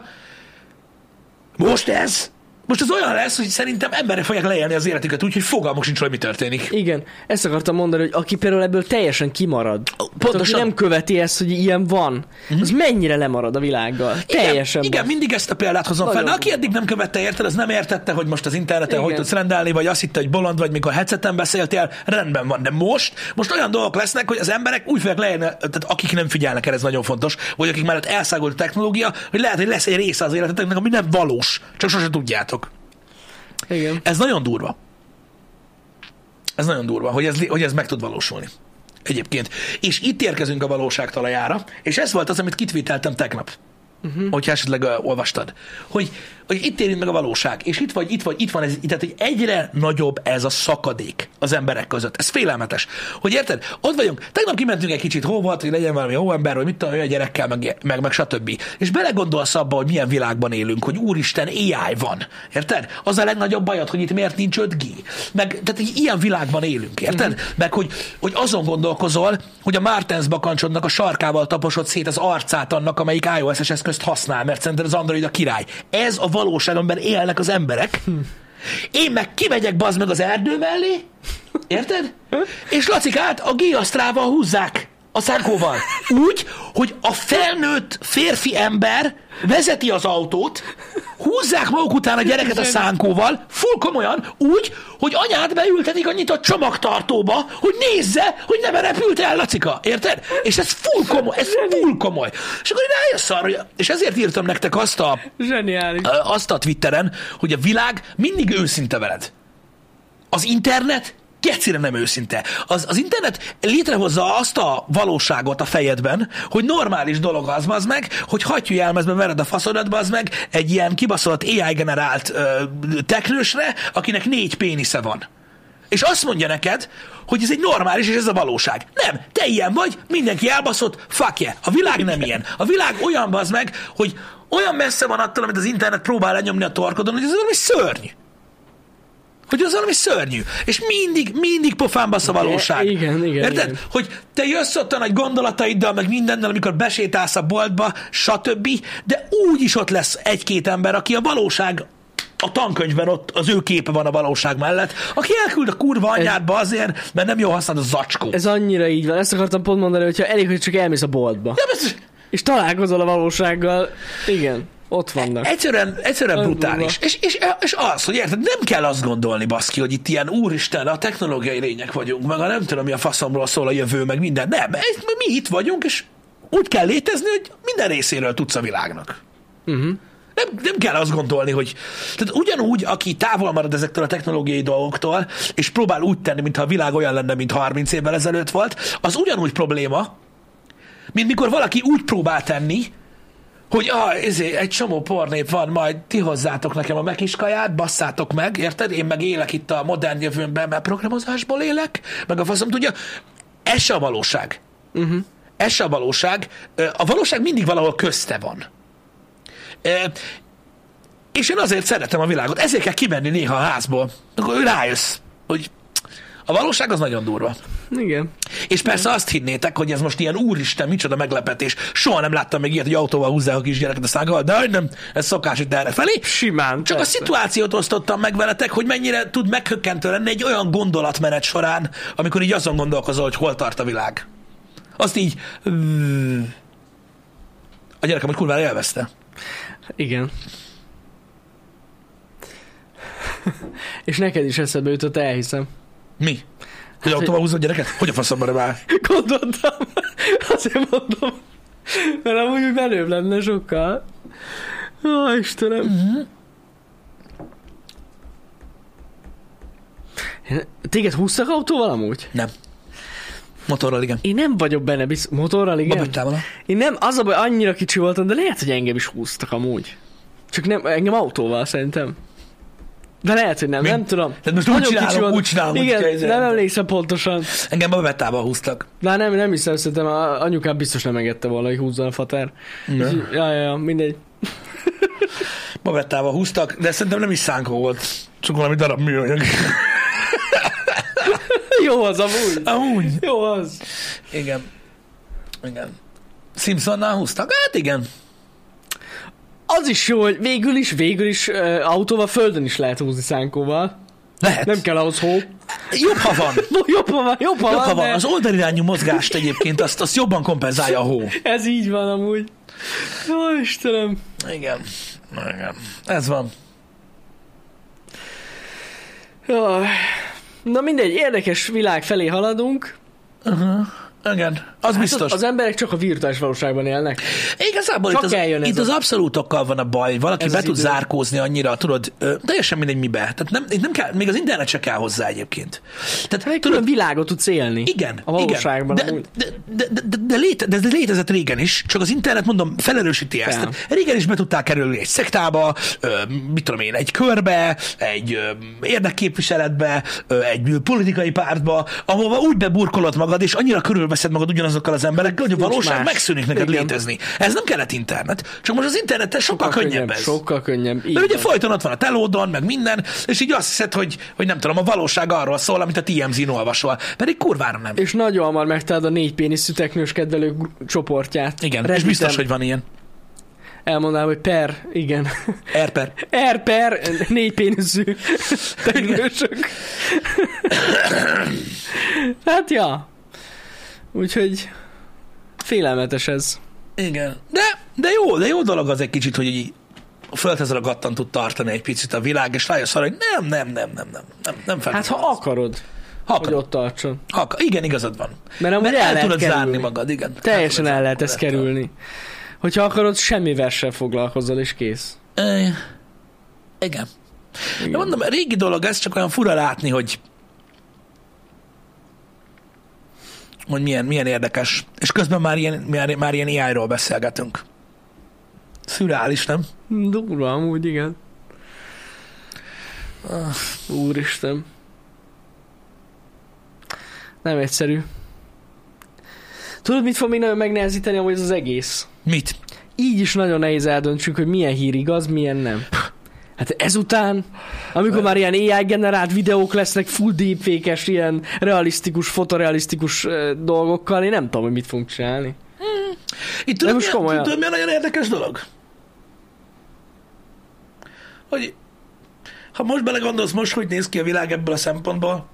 Speaker 1: Most az olyan lesz, hogy szerintem emberek fogják leélni az életüket úgy, hogy fogalmuk sincs, hogy mi történik.
Speaker 2: Igen, ezt akartam mondani, hogy aki például ebből teljesen kimarad. Pontosan. Aki nem követi ezt, hogy ilyen van, az mennyire lemarad a világgal. Teljesen.
Speaker 1: Igen, mindig ezt a példát hozom fel. De aki eddig nem követte, érted, az nem értette, hogy most az interneten hogy tudsz rendelni, vagy azt hitte, hogy bolond vagy, mikor headseten beszéltél, rendben van. De most olyan dolgok lesznek, hogy az emberek úgy fogják leélni, tehát akik nem figyelnek erre, ez nagyon fontos, vagy akik mellett elszágult a technológia, hogy lehet, hogy lesz egy része az életeteknek, ami nem valós, csak sose tudjátok.
Speaker 2: Igen.
Speaker 1: Ez nagyon durva. Ez nagyon durva, hogy ez meg tud valósulni. Egyébként. És itt érkezünk a valóság talajára, és ez volt az, amit kitvíteltem tegnap. Hogyha esetleg olvastad. Hogy itt érünk meg a valóság, és itt van ez, tehát hogy egyre nagyobb ez a szakadék az emberek között. Ez félelmetes. Hogy érted? Ott vagyunk, tegnap kimentünk egy kicsit hóval, hogy legyen valami hóember, vagy mit tudom, olyan gyerekkel, meg stb. És belegondolsz abba, hogy milyen világban élünk, hogy úristen, AI van. Érted? Az a legnagyobb bajod, hogy itt miért nincs 5G. Tehát ilyen világban élünk, érted? Meg hogy azon gondolkozol, hogy a Martens bakancsodnak a sarkával taposod szét az arcát annak, amelyik iOS-es eszközt használ, mert szerinted az Android a király. Ez a valóság, amiben élnek az emberek. Én meg kimegyek bazd meg az erdő mellé, érted? És Lacikát a G-asztrával húzzák a szánkóval. Úgy, hogy a felnőtt férfi ember vezeti az autót, húzzák maguk után a gyereket a szánkóval, full komolyan, úgy, hogy anyát beültetik a nyitott csomagtartóba, hogy nézze, hogy nem repült el Lacika. Érted? És ez full komoly. És akkor én rájössz arra, és ezért írtam nektek azt a Twitteren, hogy a világ mindig őszinte veled. az internet gecire nem őszinte. Az internet létrehozza azt a valóságot a fejedben, hogy normális dolog az meg, hogy hattyújelmezbe vered a faszodat, bazd meg, egy ilyen kibaszolt AI-generált teknősre, akinek 4 pénisze van. És azt mondja neked, hogy ez egy normális, és ez a valóság. Nem, te ilyen vagy, mindenki elbaszott, fuck yeah. A világ nem ilyen. A világ olyan, bazd meg, hogy olyan messze van attól, amit az internet próbál lenyomni a torkodon, hogy ez valami szörny. Hogy az valami szörnyű. És mindig pofán basz a valóság.
Speaker 2: Igen.
Speaker 1: Érted?
Speaker 2: Igen.
Speaker 1: Hogy te jössz ott a nagy gondolataiddal, meg mindennel, amikor besétálsz a boltba, stb., de úgy is ott lesz 1-2 ember, aki a valóság, a tankönyvben ott az ő képe van a valóság mellett, aki elküld a kurva anyádba azért, mert nem jól használod a zacskót.
Speaker 2: Ez annyira így van. Ezt akartam pont mondani, hogyha elég, hogy csak elmész a boltba. És találkozol a valósággal. Igen. Ott vannak.
Speaker 1: Egyszerűen brutális. És az, hogy érted, nem kell azt gondolni, baszki, hogy itt ilyen úristen, a technológiai lények vagyunk, meg a nem tudom, mi a faszomról szól a jövő, meg minden. Nem, mi itt vagyunk, és úgy kell létezni, hogy minden részéről tudsz a világnak.
Speaker 2: Uh-huh.
Speaker 1: Nem kell azt gondolni, hogy... Tehát ugyanúgy, aki távol marad ezektől a technológiai dolgoktól, és próbál úgy tenni, mintha a világ olyan lenne, mint 30 évvel ezelőtt volt, az ugyanúgy probléma, mint mikor valaki úgy próbál tenni, hogy egy csomó pornép van, majd ti hozzátok nekem a mekiskaját, basszátok meg, érted? Én meg élek itt a modern jövőmben, mert programozásból élek, meg a faszom tudja. Ez se a valóság.
Speaker 2: Uh-huh.
Speaker 1: Ez se a valóság. A valóság mindig valahol közte van. És én azért szeretem a világot. Ezért kell kimenni néha a házból. Akkor rájössz, hogy a valóság az nagyon durva.
Speaker 2: Igen.
Speaker 1: És persze azt hinnétek, hogy ez most ilyen úristen, micsoda meglepetés. Soha nem láttam még ilyet, hogy autóval húzzák a kisgyereket a szággal, de hogy nem, ez szokás itt errefelé.
Speaker 2: Simán.
Speaker 1: Csak persze. A szituációt osztottam meg veletek, hogy mennyire tud meghökkentő lenni egy olyan gondolatmenet során, amikor így azon gondolkozol, hogy hol tart a világ. Azt így... A gyerekem, hogy kurvára élvezte.
Speaker 2: Igen. És neked is eszedbe jutott, elhiszem.
Speaker 1: Mi? Hogy autóval húzod a gyereket? Hogy a faszomban vár?
Speaker 2: Gondoltam. Azért mondom. Mert amúgy úgy menőbb lenne sokkal. Ó, Istenem. Uh-huh. Téged húztak autóval amúgy?
Speaker 1: Nem. Motorral, igen.
Speaker 2: Én nem vagyok benne biztos. Motorral, igen?
Speaker 1: Baböttával.
Speaker 2: Én nem, az a baj, annyira kicsi voltam, de lehet, hogy engem is húztak amúgy. Csak nem, engem autóval szerintem. De lehet, hogy nem tudom.
Speaker 1: Tehát most úgy csinálom,
Speaker 2: igen, nem emlékszem pontosan.
Speaker 1: Engem baböttával húztak.
Speaker 2: De nem hiszem, szerintem anyukám biztos nem engedte volna, hogy húzzon a fater. Ja, mindegy.
Speaker 1: Baböttával húztak, de szerintem nem is szánkó volt. Csak valami darab műanyag.
Speaker 2: Jó az amúgy.
Speaker 1: Amúgy.
Speaker 2: Jó az.
Speaker 1: Igen. Simpsonnál húztak? Hát igen.
Speaker 2: Az is jó, hogy végül is autóval földön is lehet húzni szánkóval.
Speaker 1: Lehet.
Speaker 2: Nem kell ahhoz hó.
Speaker 1: Jobb, ha van.
Speaker 2: Jobb, ha van.
Speaker 1: Az oldalirányú mozgást egyébként azt jobban kompenzálja a hó.
Speaker 2: Ez így van amúgy. Ó, Istenem.
Speaker 1: Igen. Ez van.
Speaker 2: Jaj. Na mindegy, érdekes világ felé haladunk.
Speaker 1: Uh-huh. Igen, az biztos.
Speaker 2: Az emberek csak a virtuális valóságban élnek.
Speaker 1: Igazából itt az abszolútokkal van a baj. Valaki be tud zárkózni annyira, tudod, teljesen mindegy mibe. Tehát nem kell, még az internet se kell hozzá egyébként.
Speaker 2: Tehát tudod, világot tudsz élni.
Speaker 1: Igen.
Speaker 2: A valóságban.
Speaker 1: De ez létezett régen is, csak az internet, mondom, felerősíti ezt. Tehát régen is be tudtál kerülni egy szektába, mit tudom én, egy körbe, egy érdekképviseletbe, egy politikai pártba, ahova úgy beburkolod magad, és annyira körülveszed magad ugyanazokkal az emberekkel, hogy a valóság megszűnik neked létezni. Ez nem kellett internet, csak most az interneten sokkal könnyebb ez.
Speaker 2: Sokkal könnyebb.
Speaker 1: Mert ugye folyton ott van a telódon, meg minden, és így azt hiszed, hogy nem tudom, a valóság arról szól, amit a TMZ-n olvasol. Pedig kurvára nem.
Speaker 2: És nagyon hamar megtaláld a 4 péniszű teknős kedvelők csoportját.
Speaker 1: Igen, Redditen. És biztos, hogy van ilyen.
Speaker 2: Elmondanám, hogy igen. Per, 4 péniszű teknősök. Hát ja. Úgyhogy félelmetes ez. Igen.
Speaker 1: De jó dolog az egy kicsit, hogy így a földhez ragadtan tud tartani egy picit a világ, és rájössz arra, hogy nem fel.
Speaker 2: Hát ha akarod, hogy ott tartson.
Speaker 1: Igen, igazad van.
Speaker 2: Mert
Speaker 1: el tudod zárni magad, igen.
Speaker 2: Teljesen el lehet ezt kerülni. Hogyha akarod, semmivel sem foglalkozzal, és kész.
Speaker 1: Igen. De mondom, régi dolog ez, csak olyan fura látni, hogy milyen érdekes. És közben már ilyen AI-ról beszélgetünk. Szürreális, nem?
Speaker 2: Durva, amúgy, igen. Úristen. Nem egyszerű. Tudod, mit fog még nagyon megnehezíteni, amúgy ez az egész?
Speaker 1: Mit?
Speaker 2: Így is nagyon nehéz eldöntsük, hogy milyen hír igaz, milyen nem. Hát ezután, amikor már ilyen AI generált videók lesznek, full deepfake-es, ilyen realisztikus, fotorealisztikus dolgokkal, én nem tudom, hogy mit fogunk csinálni.
Speaker 1: Itt tudod, milyen nagyon érdekes dolog? Hogy ha most belegondolsz, most hogy néz ki a világ ebből a szempontból,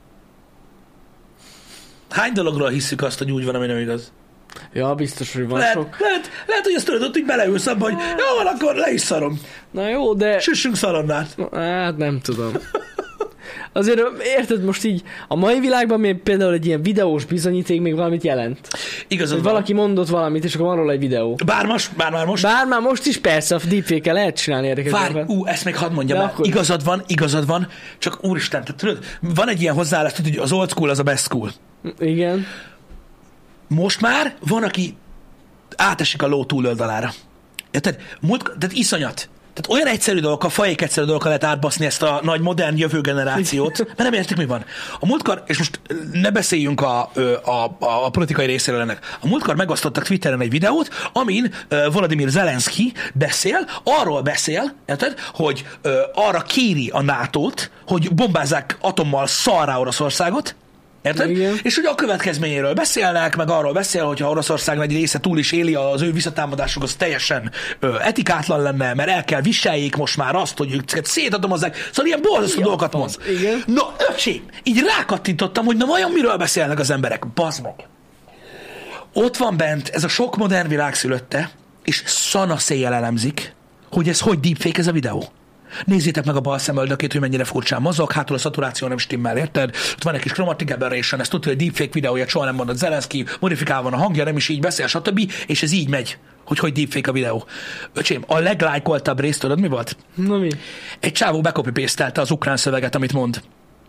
Speaker 1: hány dologról hiszük azt, hogy úgy van, ami nem igaz?
Speaker 2: Ja, biztos, hogy van sok.
Speaker 1: Lehet, hogy azt tudod, hogy beleülsz abba, hogy jó van, akkor le is szarom.
Speaker 2: Na jó, de...
Speaker 1: Süssünk szaronnát.
Speaker 2: Hát nem tudom. Azért érted, most így a mai világban még például egy ilyen videós bizonyíték még valamit jelent.
Speaker 1: Igazad
Speaker 2: van. Valaki mondott valamit, és akkor van róla egy videó.
Speaker 1: Bár már most.
Speaker 2: Bár már most is persze, a deepfake-el lehet csinálni érdekes.
Speaker 1: Ezt még hadd mondjam el. Igazad van, csak úristen, tehát tudod, van egy ilyen hozzáállás, hogy az old school az a best school.
Speaker 2: Igen.
Speaker 1: Most már van, aki átesik a ló túloldalára. Érted? Tehát iszonyat. Tehát olyan egyszerű dolgokkal, fajék egyszerű dolgokkal lehet átbaszni ezt a nagy, modern jövő generációt, mert nem értik, mi van. A múltkor, és most ne beszéljünk a politikai részéről ennek, a múltkor megosztottak Twitteren egy videót, amin Volodymyr Zelenszky arról beszél, érted, hogy arra kéri a NATO-t, hogy bombázzák atommal szarrá Oroszországot, érted?
Speaker 2: Igen.
Speaker 1: És hogy a következményéről beszélnek, meg arról beszél, hogy ha Oroszország egy része túl is éli az ő visszatámadásuk, az teljesen etikátlan lenne, mert el kell viseljék most már azt, hogy őket szétatomozzák. Szóval ilyen borzasztó dolgokat mond.
Speaker 2: Igen.
Speaker 1: Na, öcsém, így rákattintottam, hogy na vajon miről beszélnek az emberek. Bazd meg. Ott van bent ez a sok modern világ szülötte, és szanaszéjjel elemzik, hogy ez hogy deepfake ez a videó. Nézzétek meg a bal szemöldökét, hogy mennyire furcsán mozog, hátul a szaturáció nem stimmel, érted? Ott van egy kis chromatic aberration, ezt tudja, hogy deepfake videóját soha nem mondott Zelenszky, modifikálva van a hangja, nem is így beszél, stb. És ez így megy, hogy deepfake a videó. Öcsém, a leglájkoltabb részt tudod, mi volt?
Speaker 2: Na mi?
Speaker 1: Egy csávó bekopipésztelte az ukrán szöveget, amit mond.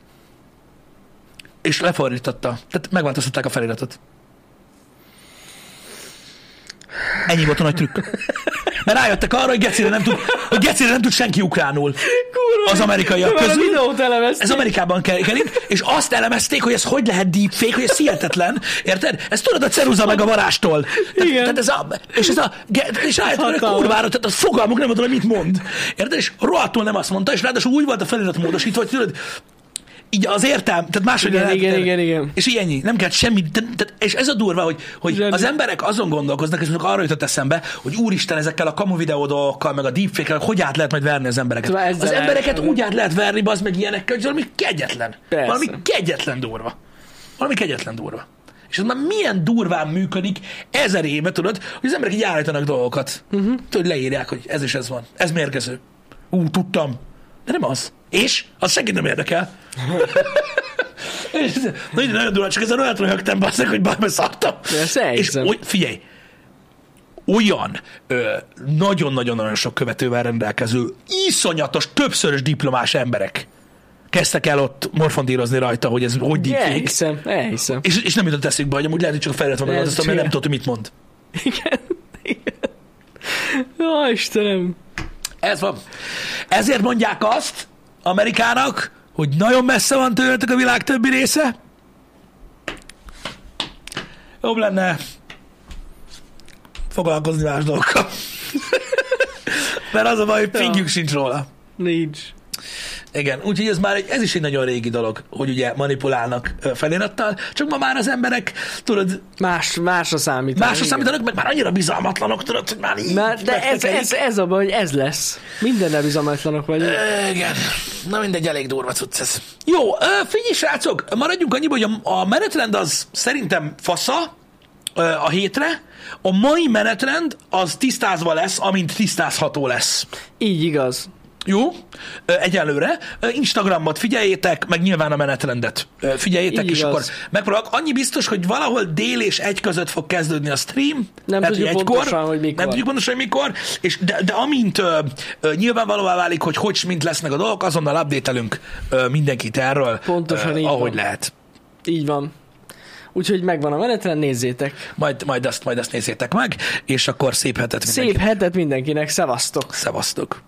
Speaker 1: És lefordította. Tehát megváltoztatták a feliratot. Ennyi volt a nagy trükk. Mert rájöttek arra, hogy gecire nem tud senki ukránul.
Speaker 2: Kurva,
Speaker 1: az amerikaiak közül. Ez Amerikában kerik, és azt elemezték, hogy ez hogy lehet deepfake, hogy ez hihetetlen. Érted? Ez tudod a ceruza meg a varástól.
Speaker 2: Igen.
Speaker 1: És rájöttek kurvára, tehát a fogalmuk nem tudom, hogy mit mond. Érted? És rohadtul nem azt mondta, és ráadásul úgy volt a felirat módosítva, hogy tudod, így az értelm, tehát máshogy
Speaker 2: igen.
Speaker 1: És így ennyi, nem kell semmi, és ez a durva, hogy az emberek azon gondolkoznak, és mondjuk arra jutott eszembe, hogy úristen, ezekkel a kamu videó dolgokkal, meg a deepfake-kel, hogy át lehet majd verni az embereket. Az embereket úgy át lehet verni, bazd meg ilyenekkel, hogy valami kegyetlen. Persze. Valami kegyetlen durva. És ez már milyen durván működik 1000 éve, tudod, hogy az emberek így állítanak dolgokat. Tudod, leírják, hogy ez és ez van. Ez mérgező. Tudtam. De nem az. És? Az senki nem érdekel. Nagyon durva, csak ezen olyat röhögtem, basszak, hogy bármely szartam. És figyelj, olyan nagyon-nagyon sok követővel rendelkező, iszonyatos, többszörös diplomás emberek kezdtek el ott morfondírozni rajta, hogy ez hogy deepfake.
Speaker 2: Elhiszem.
Speaker 1: És nem jutott eszükbe, hogy amúgy lehet, hogy csak a felirat van, mert nem tudod, hogy mit mond.
Speaker 2: Igen. Ó, Istenem.
Speaker 1: Ez van. Ezért mondják azt Amerikának, hogy nagyon messze van tőletek a világ többi része. Jobb lenne foglalkozni más dolgokkal. Mert az a baj, hogy fingjük sincs róla.
Speaker 2: Nincs.
Speaker 1: Igen, úgyhogy ez is egy nagyon régi dolog, hogy ugye manipulálnak felirattal, csak ma már az emberek, tudod...
Speaker 2: Másra számítanak.
Speaker 1: Meg már annyira bizalmatlanok, tudod, hogy már így...
Speaker 2: De ez a baj, hogy ez lesz. Mindennel bizalmatlanok vagyunk.
Speaker 1: Igen. Na mindegy, elég durva cucc ez. Jó, figyelj srácok, maradjunk annyiba, hogy a menetrend az szerintem fasza a hétre. A mai menetrend az tisztázva lesz, amint tisztázható lesz.
Speaker 2: Így igaz.
Speaker 1: Jó, egyelőre. Instagramot figyeljétek, meg nyilván a menetrendet figyeljétek,
Speaker 2: Így
Speaker 1: és
Speaker 2: igaz.
Speaker 1: akkor megpróbálok. Annyi biztos, hogy valahol dél és 1 között fog kezdődni a stream.
Speaker 2: Nem
Speaker 1: Lehet,
Speaker 2: tudjuk
Speaker 1: hogy
Speaker 2: pontosan, hogy mikor.
Speaker 1: Nem tudjuk pontosan, hogy mikor, és de amint nyilvánvalóvá válik, hogy mint lesznek a dolgok, azonnal update-elünk mindenkit erről,
Speaker 2: Pontosan így
Speaker 1: ahogy
Speaker 2: van.
Speaker 1: lehet.
Speaker 2: Így van. Úgyhogy megvan a menetrend, nézzétek.
Speaker 1: Majd azt nézzétek meg, és akkor szép hetet
Speaker 2: Szép hetet mindenkinek, szevasztok!
Speaker 1: Szevasztok!